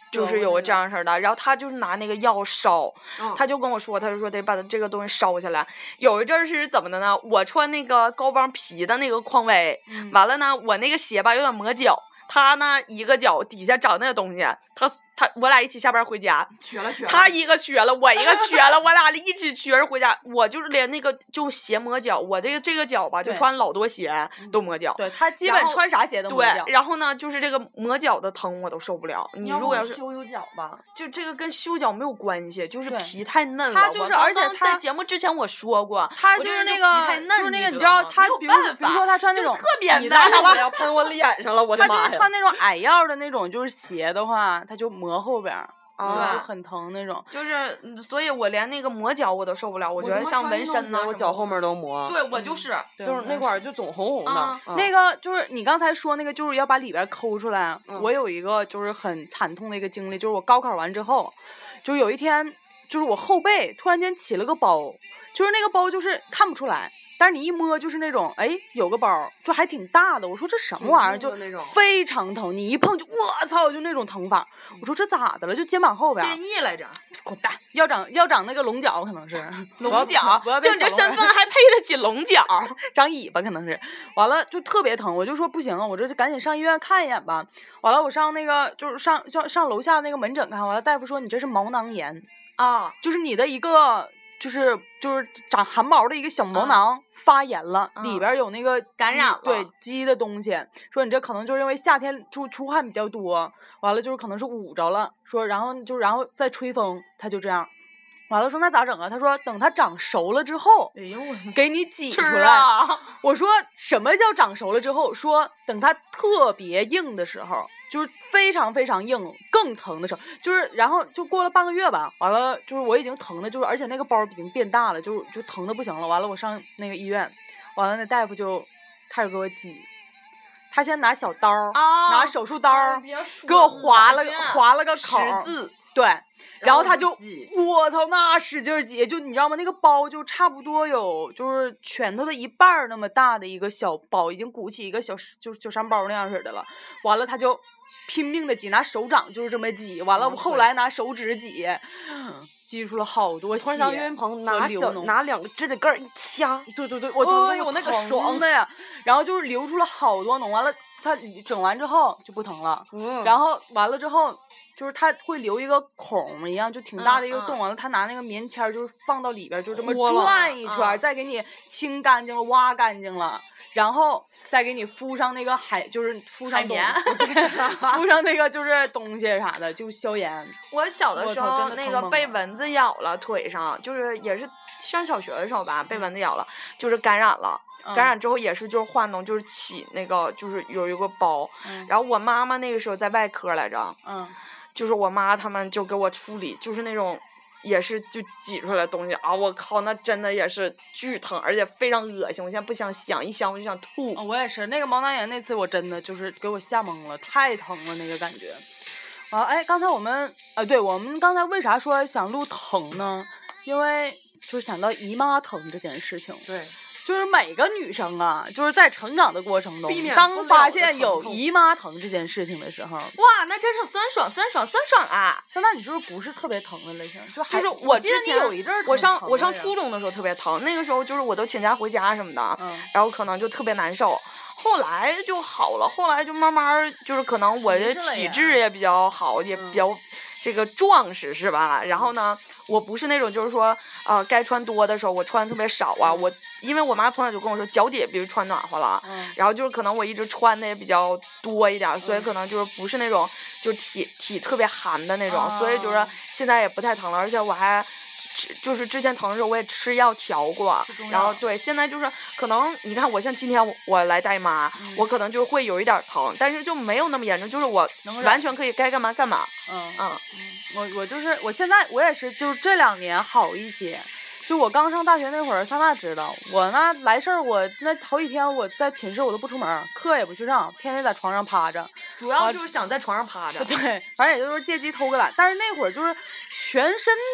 就是有个这样式儿的，然后他就是拿那个药烧， 嗯他就跟我说，他就说得把这个东西烧下来。有一阵儿是怎么的呢？我穿那个高帮皮的那个匡威，完了呢，我那个鞋吧有点磨脚。他呢，一个脚底下长那个东西，我俩一起下班回家，他一个瘸了，我一个瘸了，我俩一起瘸着回家。我就是连那个就鞋磨脚，我这个脚吧，就穿老多鞋都磨脚。 对，他基本穿啥鞋都磨脚。 对，然后呢，就是这个磨脚的疼我都受不了。你如果要是修脚吧， 就这个跟修脚没有关系，就是皮太嫩了。 他就是，而且他在节目之前我说过， 他就是那个皮太嫩， 就是那个，你知道他比如说他穿那种特别嫩， 我要喷我脸上了，我的妈呀！ 他就是穿那种矮腰的那种就是鞋的话，他就磨后边。 啊， 就很疼那种， 就是所以我连那个磨脚我都受不了，我觉得像纹身呢， 我脚后面都磨。 对，我就是， 就是那块儿就总红红的。 那个就是你刚才说那个，就是要把里边抠出来。我有一个就是很惨痛的一个经历，就是我高考完之后，就有一天，就是我后背突然间起了个包，就是那个包就是看不出来。但是你一摸就是那种，哎，有个包，就还挺大的。我说这什么玩意儿，就非常疼。你一碰就，我操，就那种疼法。我说这咋的了？就肩膀后边。 变异来着。 滚蛋！要长那个龙角可能是。 龙角。就你这身份还配得起龙角？ 长尾巴可能是。完了就特别疼，我就说不行啊，我这就赶紧上医院看一眼吧。完了我上那个就是上楼下那个门诊看，完了大夫说你这是毛囊炎啊， 就是你的一个。就是长汗毛的一个小毛囊发炎了，里边有那个感染了， 对鸡的东西。说你这可能就是因为夏天出汗比较多，完了就是可能是捂着了。说然后再吹风，它就这样。完了说那咋整啊？他说等它长熟了之后，给你挤出来。我说什么叫长熟了之后？说等它特别硬的时候。就是非常非常硬，更疼的时候，就是然后就过了半个月吧，完了就是我已经疼的，就是而且那个包已经变大了，就疼的不行了。完了我上那个医院，完了那大夫就开始给我挤，他先拿小刀，拿手术刀给我划了个口， 十字， 对。然后他就，我操，那使劲挤，就你知道吗？那个包就差不多有就是拳头的一半那么大的一个小包，已经鼓起一个小山包那样似的了。完了他就拼命的挤，拿手掌就是这么挤。完了后来拿手指挤，挤出了好多血。 像岳云鹏拿两个指甲盖一掐， 对，我操， 有那个爽的呀！然后就是流出了好多脓。完了他整完之后就不疼了，然后完了之后。就是它会留一个孔一样，就挺大的一个洞。完了，他拿那个棉签就是放到里边，就这么转一圈，再给你清干净了、挖干净了，然后再给你敷上那个就是敷上棉， 敷上那个就是东西啥的，就消炎。 我小的时候那个被蚊子咬了腿上，就是也是上小学的时候吧，被蚊子咬了，就是感染了。感染之后也是就是化脓，就是起那个就是有一个包。然后我妈妈那个时候在外科来着。就是我妈他们就给我处理，就是那种也是就挤出来的东西啊！我靠，那真的也是巨疼，而且非常恶心。我现在不想想，一想我就想吐。 我也是，那个毛囊炎那次我真的就是给我吓懵了，太疼了那个感觉。哎，刚才我们对，我们刚才为啥说想录疼呢？因为就是想到姨妈疼这件事情。 对。 就是每个女生啊，就是在成长的过程中，当发现有姨妈疼这件事情的时候， 哇，那真是酸爽啊！ 现在你是不是不是特别疼的类型？ 就是我之前有一阵儿， 我上初中的时候特别疼，那个时候就是我都请假回家什么的，然后可能就特别难受。后来就好了，后来就慢慢就是可能我的体质也比较好，也比较这个壮实是吧？然后呢，我不是那种就是说该穿多的时候我穿的特别少啊。我因为我妈从小就跟我说脚底必须穿暖和了，然后就是可能我一直穿的也比较多一点，所以可能就是不是那种就体特别寒的那种，所以就是现在也不太疼了，而且我还。就是之前疼的时候我也吃药调过，然后对现在就是可能你看我像今天我来带妈，我可能就会有一点疼，但是就没有那么严重，就是我完全可以该干嘛干嘛。 我就是我现在我也是就是这2年好一些。就我刚上大学那会儿，桑娜知道我那来事儿，我那头几天我在寝室我都不出门，课也不去上，天天在床上趴着， 主要就是想在床上趴着。 对，反正也就是借机偷个懒。但是那会儿就是全身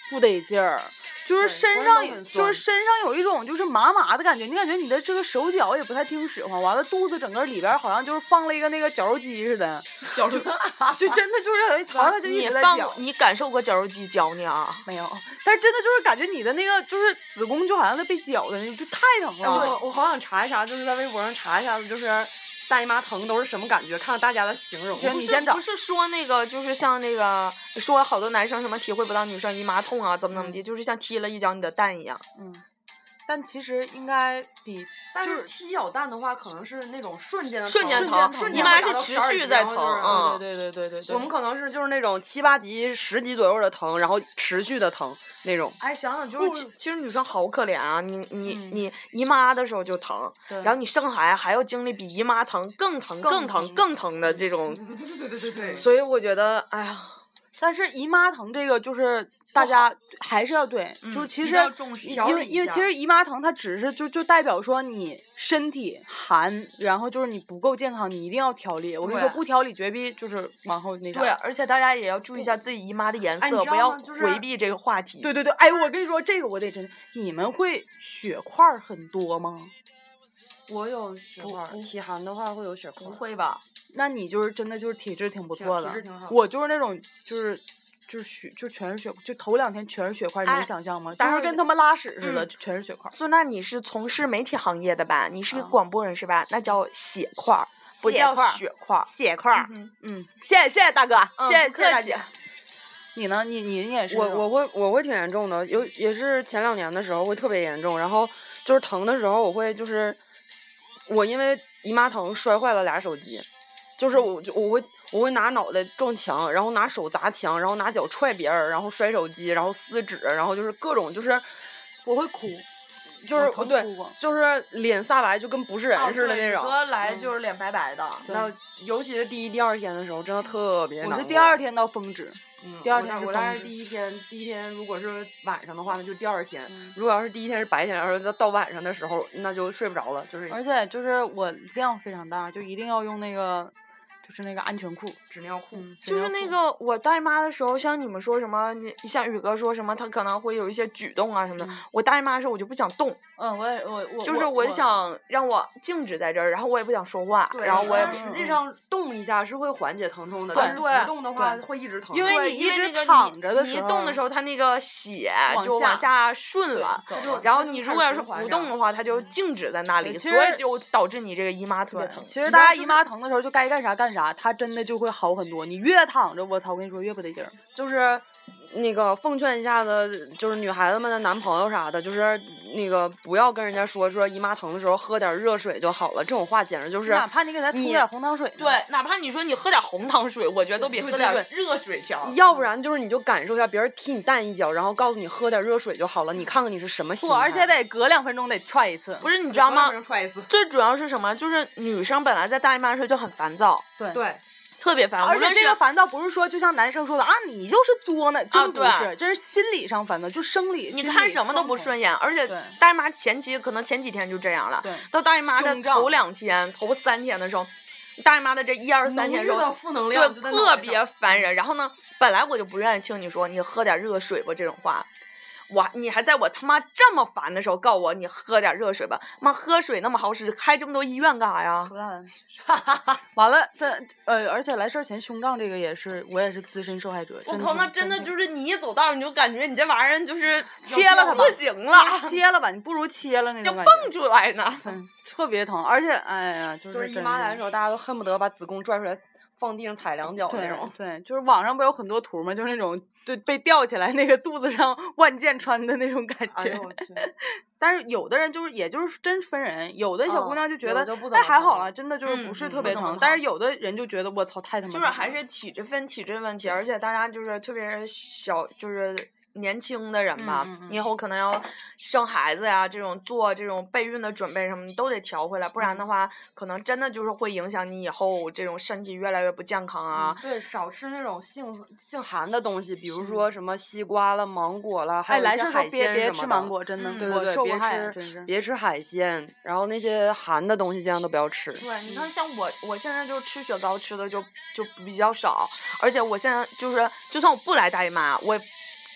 不得劲儿，就是身浑上身都很酸身上有一种就是麻麻的感觉，你感觉你的这个手脚也不太听使唤，完了肚子整个里边好像就是放了一个那个绞肉机似的， 绞肉， 就真的就是有一好像它就一你直在绞。 你感受过绞肉机绞你啊？ 没有，但是真的就是感觉你的那个就是子宫就好像在被绞的，就太疼了。 我好想查一查，就是在微博上查一下，就是大姨妈疼都是什么感觉，看看大家的形容。 行你先找不是说那个，就是像那个说好多男生什么体会不到女生姨妈痛啊，怎么地，就是像踢了一脚你的蛋一样。 但其实应该比但是踢咬蛋的话，可能是那种瞬间的瞬间疼， 疼，姨妈是持续在疼。 对， 我们可能是就是那种7、8级、10级左右的疼，然后持续的疼那种。 哎，想想就是其实女生好可怜啊！你姨妈的时候就疼，然后你生孩子还要经历比姨妈疼更疼的这种。 对。 所以我觉得，哎呀。 但是姨妈疼这个就是大家还是要对，就是其实因为其实姨妈疼它只是就代表说你身体寒，然后就是你不够健康，你一定要调理。我跟你说，不调理绝逼就是往后那啥。 对，而且大家也要注意一下自己姨妈的颜色，不要回避这个话题。 对，哎，我跟你说这个我得真，你们会血块很多吗？ 我有血块，体寒的话会有血块。 不会吧？ 那你就是真的就是体质挺不错的。 体质挺好。 我就是那种就是血就全是血，就头2天全是血块，你能想象吗？就是跟他们拉屎似的，全是血块。 苏娜，你是从事媒体行业的吧？你是个广播人是吧？那叫血块，不叫血块。 血块。谢谢大哥，谢谢大姐。你呢？你也是？ 我会挺严重的，也是前2年的时候会特别严重，然后就是疼的时候我会就是我因为姨妈疼摔坏了2手机。就是我会拿脑袋撞墙，然后拿手砸墙，然后拿脚踹别人，然后摔手机，然后撕纸，然后就是各种就是我会哭， 就是对，就是脸煞白，就跟不是人似的那种。 来就是脸白白的。 那尤其是第1、2天的时候，真的特别难过。 我是第2天到峰值。第2天我大概第一天如果是晚上的话，那就第2天；如果要是第1天是白天，然后到晚上的时候，那就睡不着了。就是而且就是我量非常大，就一定要用那个。就是那个安全裤、纸尿裤， 就是那个我大姨妈的时候，像你们说什么，你像宇哥说什么，他可能会有一些举动啊什么的。我大姨妈的时候我就不想动，就是我想让我静止在这儿，然后我也不想说话，然后我也实际上动一下是会缓解疼痛的，但是不动的话会一直疼。 因为你一直躺着的时候， 你一动的时候，它那个血就往下顺了，然后你如果要是不动的话，它就静止在那里，所以就导致你这个姨妈特别疼。 其实大家姨妈疼的时候就该干啥干啥。它真的就会好很多。你越躺着，我操，我跟你说越不得劲儿。 就是那个奉劝一下子，就是女孩子们的男朋友啥的，就是那个不要跟人家说姨妈疼的时候喝点热水就好了，这种话简直就是。 哪怕你给他冲点红糖水。 对，哪怕你说你喝点红糖水，我觉得都比喝点热水强。 要不然就是你就感受一下别人踢你蛋一脚，然后告诉你喝点热水就好了，你看看你是什么心态。 而且得隔2分钟得踹一次。 不是你知道吗？最主要是什么？就是女生本来在大姨妈的时候就很烦躁。 对。 特别烦， 而且这个烦躁不是说就像男生说的啊，你就是作呢，真不是，这是心理上烦躁，就生理。 你看什么都不顺眼，而且大姨妈前期可能前几天就这样了，到大姨妈的头2天、头3天的时候，大姨妈的这1、2、3天的时候， 负能量对，特别烦人。然后呢，本来我就不愿意听你说你喝点热水吧这种话。你还在我他妈这么烦的时候告我你喝点热水吧，妈喝水那么好使，开这么多医院干啥呀？ 完了，而且来事儿前胸胀这个我也是资深受害者。 我靠，那真的就是你一走道你就感觉你这玩意儿就是切了它不行了， 切了吧，你不如切了那种感觉，要蹦出来呢， 特别疼。而且哎呀， 就是姨妈来的时候，大家都恨不得把子宫拽出来。放地上踩2脚那种， 对，就是网上不有很多图吗？就是那种对被吊起来那个肚子上万箭穿的那种感觉。 哎呦我去！ 但是有的人也就是真分人，有的小姑娘就觉得哎还好了，真的就是不是特别疼，但是有的人就觉得我操太他妈疼了。 就是还是体质分体质问题，而且大家就是特别小就是。年轻的人吧，你以后可能要生孩子呀，做这种备孕的准备什么，都得调回来，不然的话，可能真的就是会影响你以后这种身体越来越不健康啊。 对，少吃那种性寒的东西，比如说什么西瓜了、芒果了，还有一些海鲜什么的。 别吃芒果，真的， 对，别吃海鲜，然后那些寒的东西尽量都不要吃。 对，你看像我现在就吃雪糕吃的就比较少，而且我现在就算我不来大姨妈，我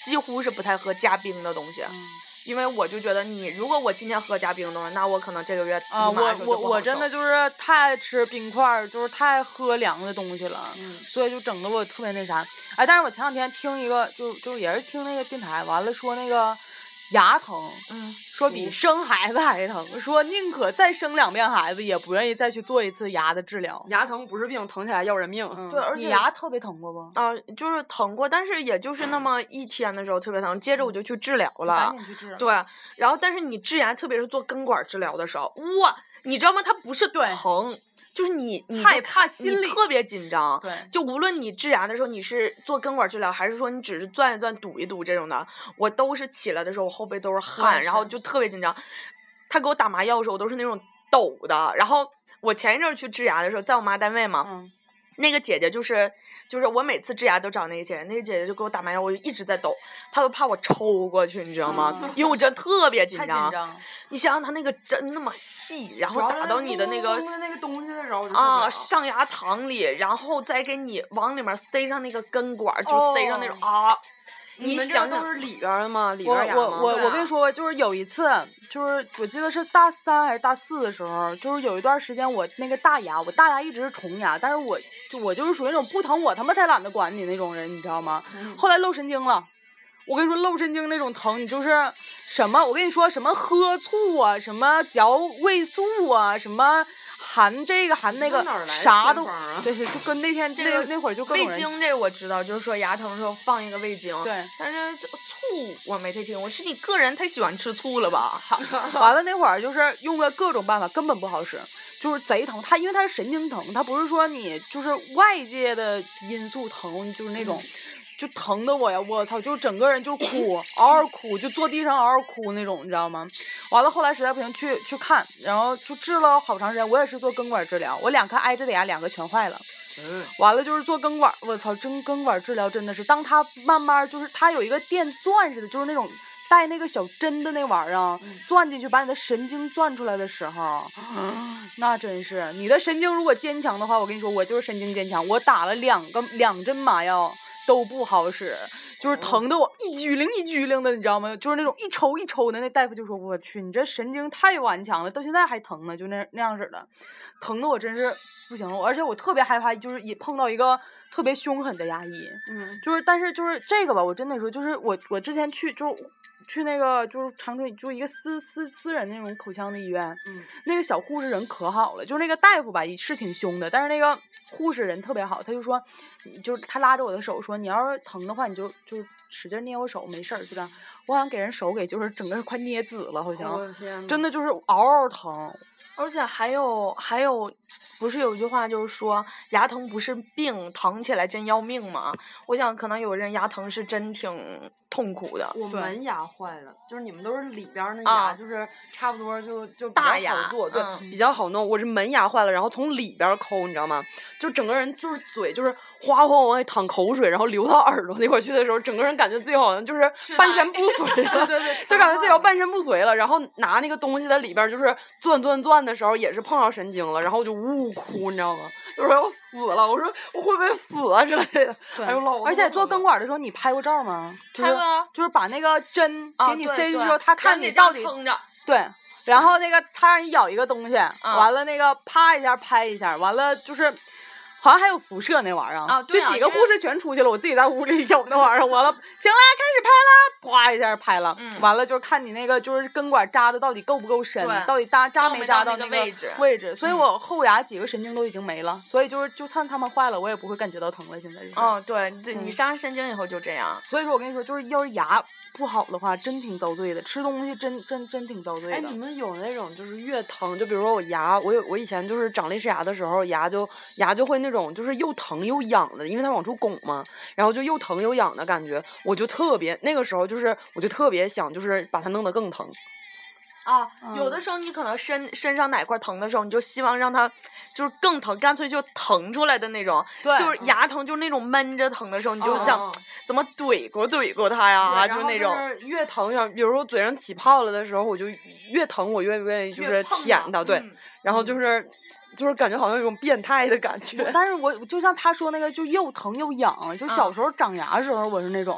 几乎是不太喝加冰的东西。因为我就觉得如果我今天喝加冰的东西，那我可能这个月啊，我真的就是太爱吃冰块儿，就是太爱喝凉的东西了，所以就整的我特别那啥。哎，但是我前两天听一个，就也是听那个电台，完了说那个牙疼，说比生孩子还疼，说宁可再生2遍孩子，也不愿意再去做一次牙的治疗。 牙疼不是病，疼起来要人命。 对，而且你牙特别疼过不？ 啊，就是疼过，但是也就是那么1天的时候特别疼，接着我就去治疗了。 赶紧去治。 对，然后但是你治牙，特别是做根管治疗的时候，哇，你知道吗？它不是疼。就是你害怕，心里特别紧张。 对， 就无论你治牙的时候，你是做根管治疗，还是说你只是钻一钻、堵一堵这种的，我都是起来的时候，我后背都是汗，然后就特别紧张。他给我打麻药的时候，我都是那种抖的。然后我前一阵去治牙的时候，在我妈单位嘛，那个姐姐就是我每次治牙都找那个姐姐，那个姐姐就给我打麻药，我就一直在抖，她都怕我抽过去，你知道吗？因为我真的特别紧张。你想想，她那个针那么细，然后打到你的那个东西的时候啊，上牙膛里，然后再给你往里面塞上那个根管，就塞上那种啊。 你想都是里边的吗？里边牙吗？ 我跟你说，就是有一次，就是我记得是大3还是大4的时候，就是有一段时间我那个大牙一直是虫牙，但是我就是属于那种不疼我他妈才懒得管你那种人，你知道吗？后来漏神经了。我跟你说，漏神经那种疼，你就是什么？我跟你说，什么喝醋啊，什么嚼胃素啊，什么含这个含那个，啥都对，就跟那天那会儿就各种人。 味精这个我知道，就是说牙疼的时候放一个味精。 对， 但是醋我没太听，我是你个人太喜欢吃醋了吧？ 完了那会儿就是用了各种办法，根本不好使。就是贼疼，因为它是神经疼，它不是说你就是外界的因素疼，就是那种。就疼的我呀，我操！就整个人就哭，嗷嗷哭，就坐地上嗷嗷哭那种，你知道吗？完了后来实在不行去看，然后就治了好长时间。我也是做根管治疗，我2颗挨着的牙2个全坏了。完了就是做根管，我操！根管治疗真的是，当它慢慢就是它有一个电钻似的，就是那种带那个小针的那玩意儿钻进去，把你的神经钻出来的时候，那真是你的神经如果坚强的话，我跟你说，我就是神经坚强，我打了2针麻药。都不好使，就是疼的我一激灵的，你知道吗？就是那种一抽一抽的。那大夫就说：“我去，你这神经太顽强了，到现在还疼呢，就那样式的，疼的我真是不行了。而且我特别害怕，就是也碰到一个特别凶狠的牙医，但是就是这个吧，我真的说，就是我之前去那个就是长春就一个私人那种口腔的医院，那个小护士人可好了，就是那个大夫吧也是挺凶的，但是那个护士人特别好，他就说，就是他拉着我的手说，你要是疼的话，你就使劲捏我手，没事儿，就这样。我好像给人手给就是整个快捏紫了，好像，真的就是嗷嗷疼。 而且还有，不是有一句话就是说牙疼不是病，疼起来真要命吗？我想可能有人牙疼是真挺痛苦的。 我门牙坏了，就是你们都是里边的牙，就是差不多就大牙做，对，比较好弄。我是门牙坏了，然后从里边抠，你知道吗？就整个人就是嘴就是哗哗往外淌口水，然后流到耳朵那块去的时候，整个人感觉自己好像就是半身不遂了，对，就感觉自己要半身不遂了。然后拿那个东西在里边就是钻的时候，也是碰到神经了，然后我就呜哭，你知道吗？就是要死了，我说我会不会死啊之类的。哎呦老！ 而且做根管的时候，你拍过照吗？ 拍过啊， 就是把那个针给你塞进去之后， 他看你到底撑着。 对，然后那个他让你咬一个东西，完了那个啪一下拍一下，完了就是。好像还有辐射那玩意儿啊，对就几个护士全出去了，我自己在屋里有那玩意儿。完了，行了，开始拍了，啪一下拍了，完了就是看你那个就是根管扎的到底够不够深，到底扎没扎到那个位置。所以我后牙几个神经都已经没了，所以就算他们坏了，我也不会感觉到疼了。现在就是。 哦，对，你伤神经以后就这样。 所以说我跟你说，就是要是牙不好的话，真挺遭罪的，吃东西真挺遭罪的。 哎，你们有那种就是越疼，就比如说我以前就是长类似牙的时候，牙就会那种就是又疼又痒的，因为它往出拱嘛，然后就又疼又痒的感觉，我就特别那个时候就是我就特别想就是把它弄得更疼。 啊，有的时候你可能身上哪块疼的时候，你就希望让它就是更疼，干脆就疼出来的那种。 对， 就是牙疼，就是那种闷着疼的时候，你就想怎么怼过它呀，就那种。 就是越疼越，比如说嘴上起泡了的时候，我就越疼，我越不愿意就是舔它，对，然后就是感觉好像有种变态的感觉。 但是我就像他说那个，就又疼又痒，就小时候长牙的时候，我是那种。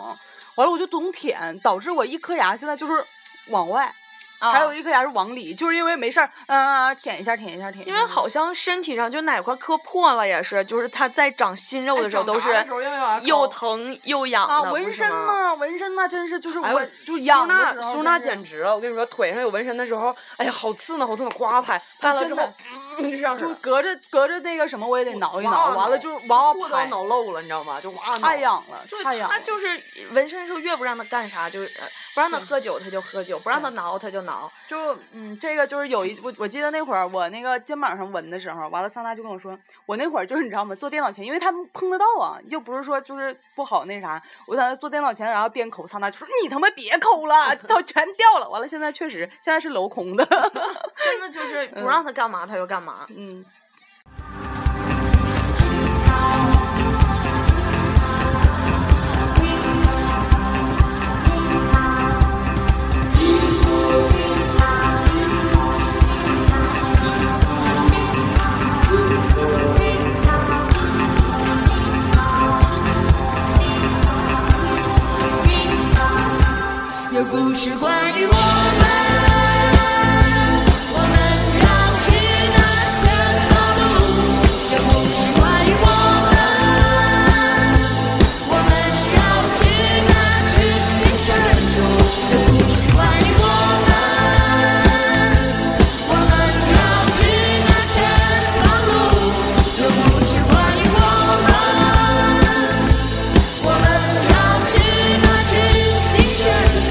完了我就总舔，导致我一颗牙现在就是往外。还有一颗牙是往里，就是因为没事儿，舔一下。 因为好像身体上就哪块磕破了也是，就是它在长新肉的时候都是又疼又痒的。 纹身嘛，纹身那真是就是我就痒的时候。 苏娜简直了，我跟你说，腿上有纹身的时候，哎呀，好刺呢，哗拍了之后，就这样就隔着那个什么我也得挠一挠，完了就是哇裤都挠漏了，你知道吗？就哇太痒了，太痒了。 他就是纹身的时候越不让他干啥，就是不让他喝酒他就喝酒，不让他挠他就挠。 就这个就是有我记得那会儿我那个肩膀上纹的时候，完了桑娜就跟我说，我那会儿就是你知道吗？坐电脑前，因为他们碰得到啊，又不是说就是不好那啥，我在那坐电脑前，然后边抠，桑娜就说你他妈别抠了，都全掉了。完了现在确实现在是镂空的， 真的就是不让他干嘛他就干嘛。 有故事关于我们要去哪前方路？有故事关于我们要去哪去最深处？有故事关于我们要去哪前方路？有故事关于我们要去哪去最深处？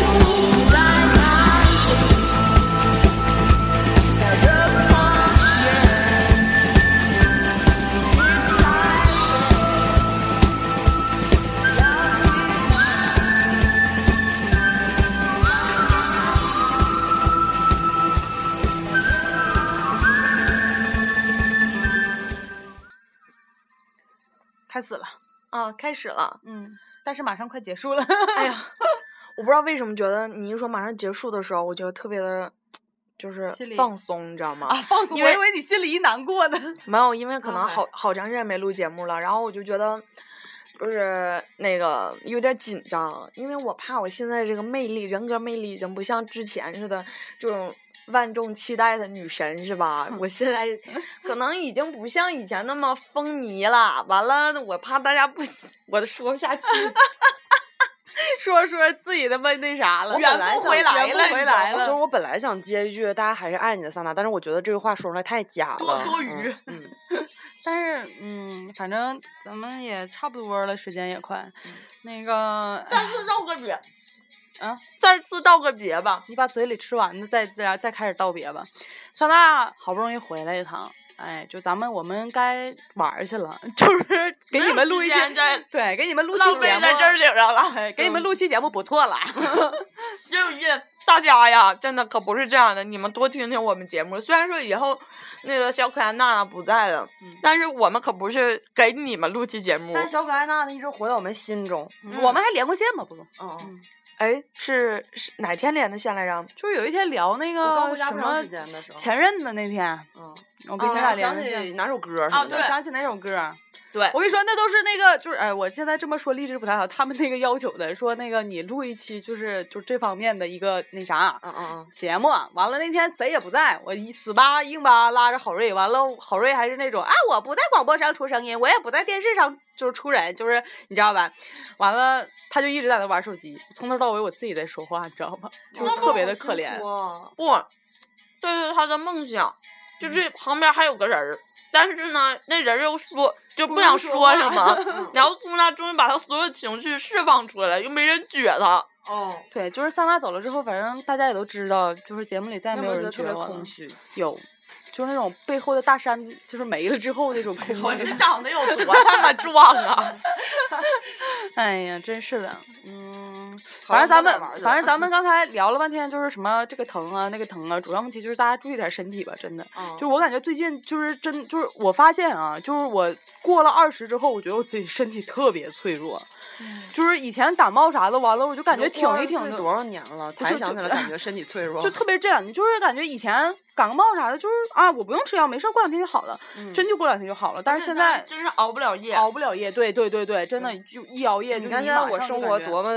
开始了啊，开始了， 但是马上快结束了。 哎呀，我不知道为什么觉得你一说马上结束的时候，我觉得特别的，就是放松，你知道吗？ 放松，我以为你心里一难过呢。 没有，因为可能好长时间没录节目了，然后我就觉得，就是那个有点紧张，因为我怕我现在这个人格魅力已经不像之前似的这种万众期待的女神是吧？我现在可能已经不像以前那么风靡了。完了，我怕大家我都说不下去。 说自己的那啥了， 圆不回来了。 就是我本来想接一句，大家还是爱你的桑娜，但是我觉得这个话说出来太假了， 多余。 但是反正咱们也差不多了，时间也快。那个， 再次道个别。再次道个别吧。 你把嘴里吃完的再开始道别吧。桑娜好不容易回来一趟。哎，就我们该玩去了，就是给你们录一期，对，给你们录期节目， 在这儿顶上了， 给你们录期节目不错了。 就是大家呀，真的可不是这样的，你们多听听我们节目。虽然说以后那个小可爱娜娜不在了，但是我们可不是给你们录期节目。 但小可爱娜娜一直活在我们心中， 我们还连过线吗？不是？ 哎，是哪天连的线来着？ 就是有一天聊那个什么前任的那天，我跟前俩连想起哪首歌啊？对，想起哪首歌？ 对， 我跟你说，那都是那个，就是哎，我现在这么说励志不太好，他们那个要求的，说那个你录一期就这方面的一个那啥，节目，完了那天谁也不在，我死扒硬扒拉着郝瑞，完了郝瑞还是那种啊，我不在广播上出声音，我也不在电视上就是出人，就是你知道吧？完了他就一直在那玩手机，从头到尾我自己在说话，你知道吗？就是特别的可怜。 不，这是他的梦想。就是旁边还有个人儿，但是呢，那人又就不想说什么，然后苏娜终于把他所有情绪释放出来，又没人撅他。 对，就是桑娜走了之后，反正大家也都知道，就是节目里再也没有人撅我了。 空虚， 有，就是那种背后的大山就是没了之后那种空虚。 我是长得有多他妈壮啊！ 哎呀，真是的，反正咱们刚才聊了半天，就是什么这个疼啊那个疼啊，主要问题就是大家注意点身体吧，真的。就是我感觉最近就是我发现啊，就是我过了20之后，我觉得我自己身体特别脆弱。就是以前感冒啥的，完了我就感觉挺一挺的。 多少年了才想起来感觉身体脆弱？ 就特别这样，就是感觉以前感冒啥的，就是啊，我不用吃药，没事，过2天就好了，真就过2天就好了。但是现在真是熬不了夜， 对，真的就一熬夜。 你看现在我生活多么的规律。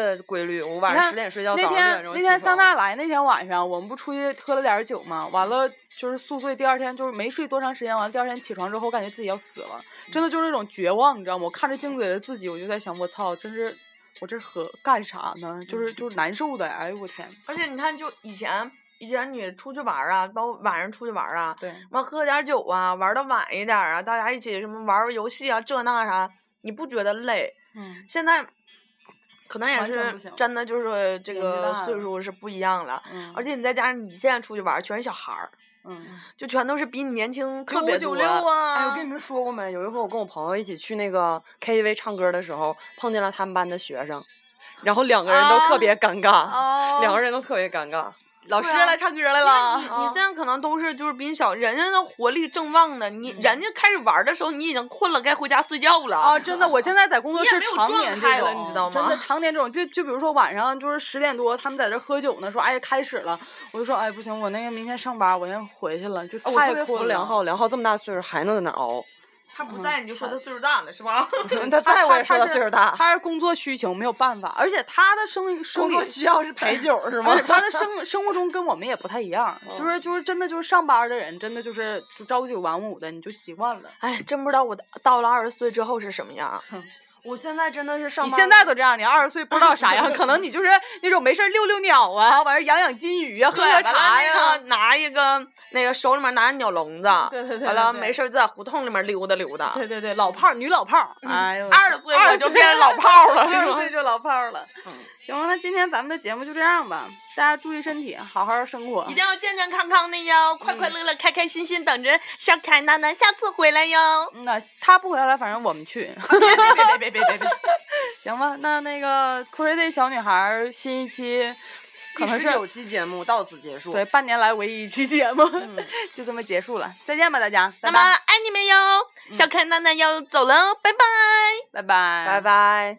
律，我晚上10点睡觉，早上6点钟起床。 那天桑娜来那天晚上，我们不出去喝了点酒吗？完了就是宿醉，第二天就是没睡多长时间，完了第二天起床之后，我感觉自己要死了，真的就是那种绝望，你知道吗？我看着镜子里的自己，我就在想，我操，真是我这干啥呢？就是难受的，哎呦我天！ 而且你看，就以前你出去玩啊，包括晚上出去玩啊， 对， 完喝点酒啊，玩的晚一点啊，大家一起什么玩玩游戏啊，这那啥，你不觉得累？现在可能也是真的，就是这个岁数是不一样了。而且你再加上你现在出去玩，全是小孩儿，就全都是比你年轻特别多。 96啊！ 哎，我跟你们说过没？有一回我跟我朋友一起去那个 KTV 唱歌的时候，碰见了他们班的学生，然后2个人都特别尴尬，2个人都特别尴尬。 老师来唱歌来了， 你现在可能都是就是比你小，人家的活力正旺呢。人家开始玩的时候，你已经困了，该回家睡觉了啊！真的，我现在在工作室常年这种， 你知道吗？ 真的常年这种，就比如说晚上就是10点多，他们在这喝酒呢，说哎开始了，我就说哎不行，我那个明天上班，我先回去了，就太困了。 梁浩这么大岁数还能在那熬。 他不在你就说他岁数大呢，是吧？ 他在我也说他岁数大， 他是工作需求没有办法，而且他的工作需要是陪酒是吗？ 而且他的生活中跟我们也不太一样，就是真的就是上班的人，真的就朝9晚5的，你就习惯了。 哎，真不知道我到了20岁之后是什么样。 我现在真的是上班， 你现在都这样，你20岁不知道啥样，可能你就是那种没事遛遛鸟啊，完事养金鱼啊，喝喝茶呀， 拿一个那个手里面拿鸟笼子， 对， 完了没事就在胡同里面溜达溜达。 对，老炮儿，女老炮儿，哎呦 ，20岁我就变成老炮儿了 ，20岁就老炮儿了。行，那今天咱们的节目就这样吧，大家注意身体，好好生活， 一定要健健康康的哟，快快乐乐，开开心心，等着小凯娜娜下次回来哟。 那他不回来，反正我们去。别，行吧，那个 Crazy 小女孩新一期可能是 19期节目到此结束， 对，半年来唯一一期节目，就这么结束了，再见吧大家， 那么爱你们哟，小凯娜娜要走了，拜拜， 拜拜， 拜拜。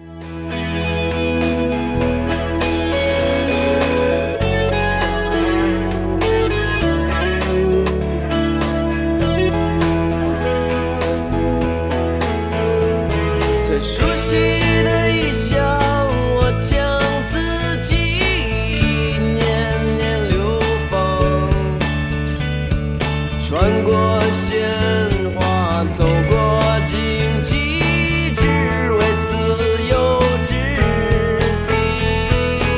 熟悉的异乡，我将自己年年流放，穿过鲜花，走过荆棘，只为自由之地。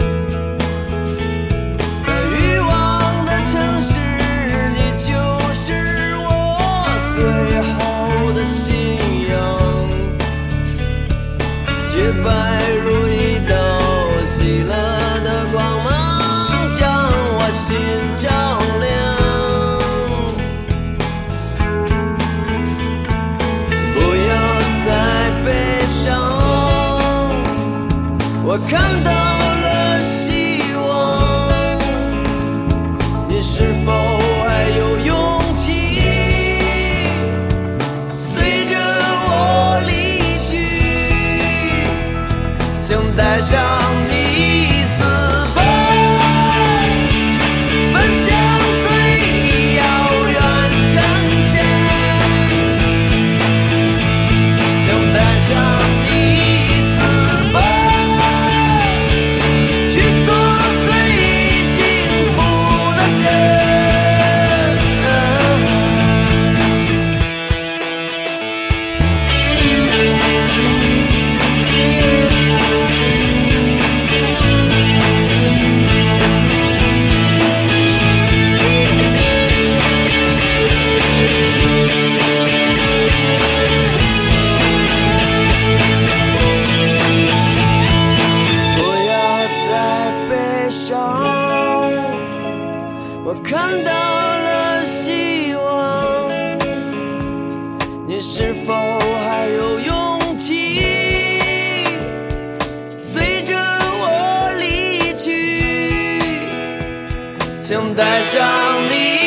在欲望的城市，你就是我最后的信仰。洁白如一道熄了的光芒，将我心照亮。不要再悲伤，我看到了希望。你是否还有勇气，随着我离去，想带上你私奔，奔向最遥远城镇，想带上你私奔，去做最幸福的人。我看到了希望，你是否还有勇气，随着我离去，想带上你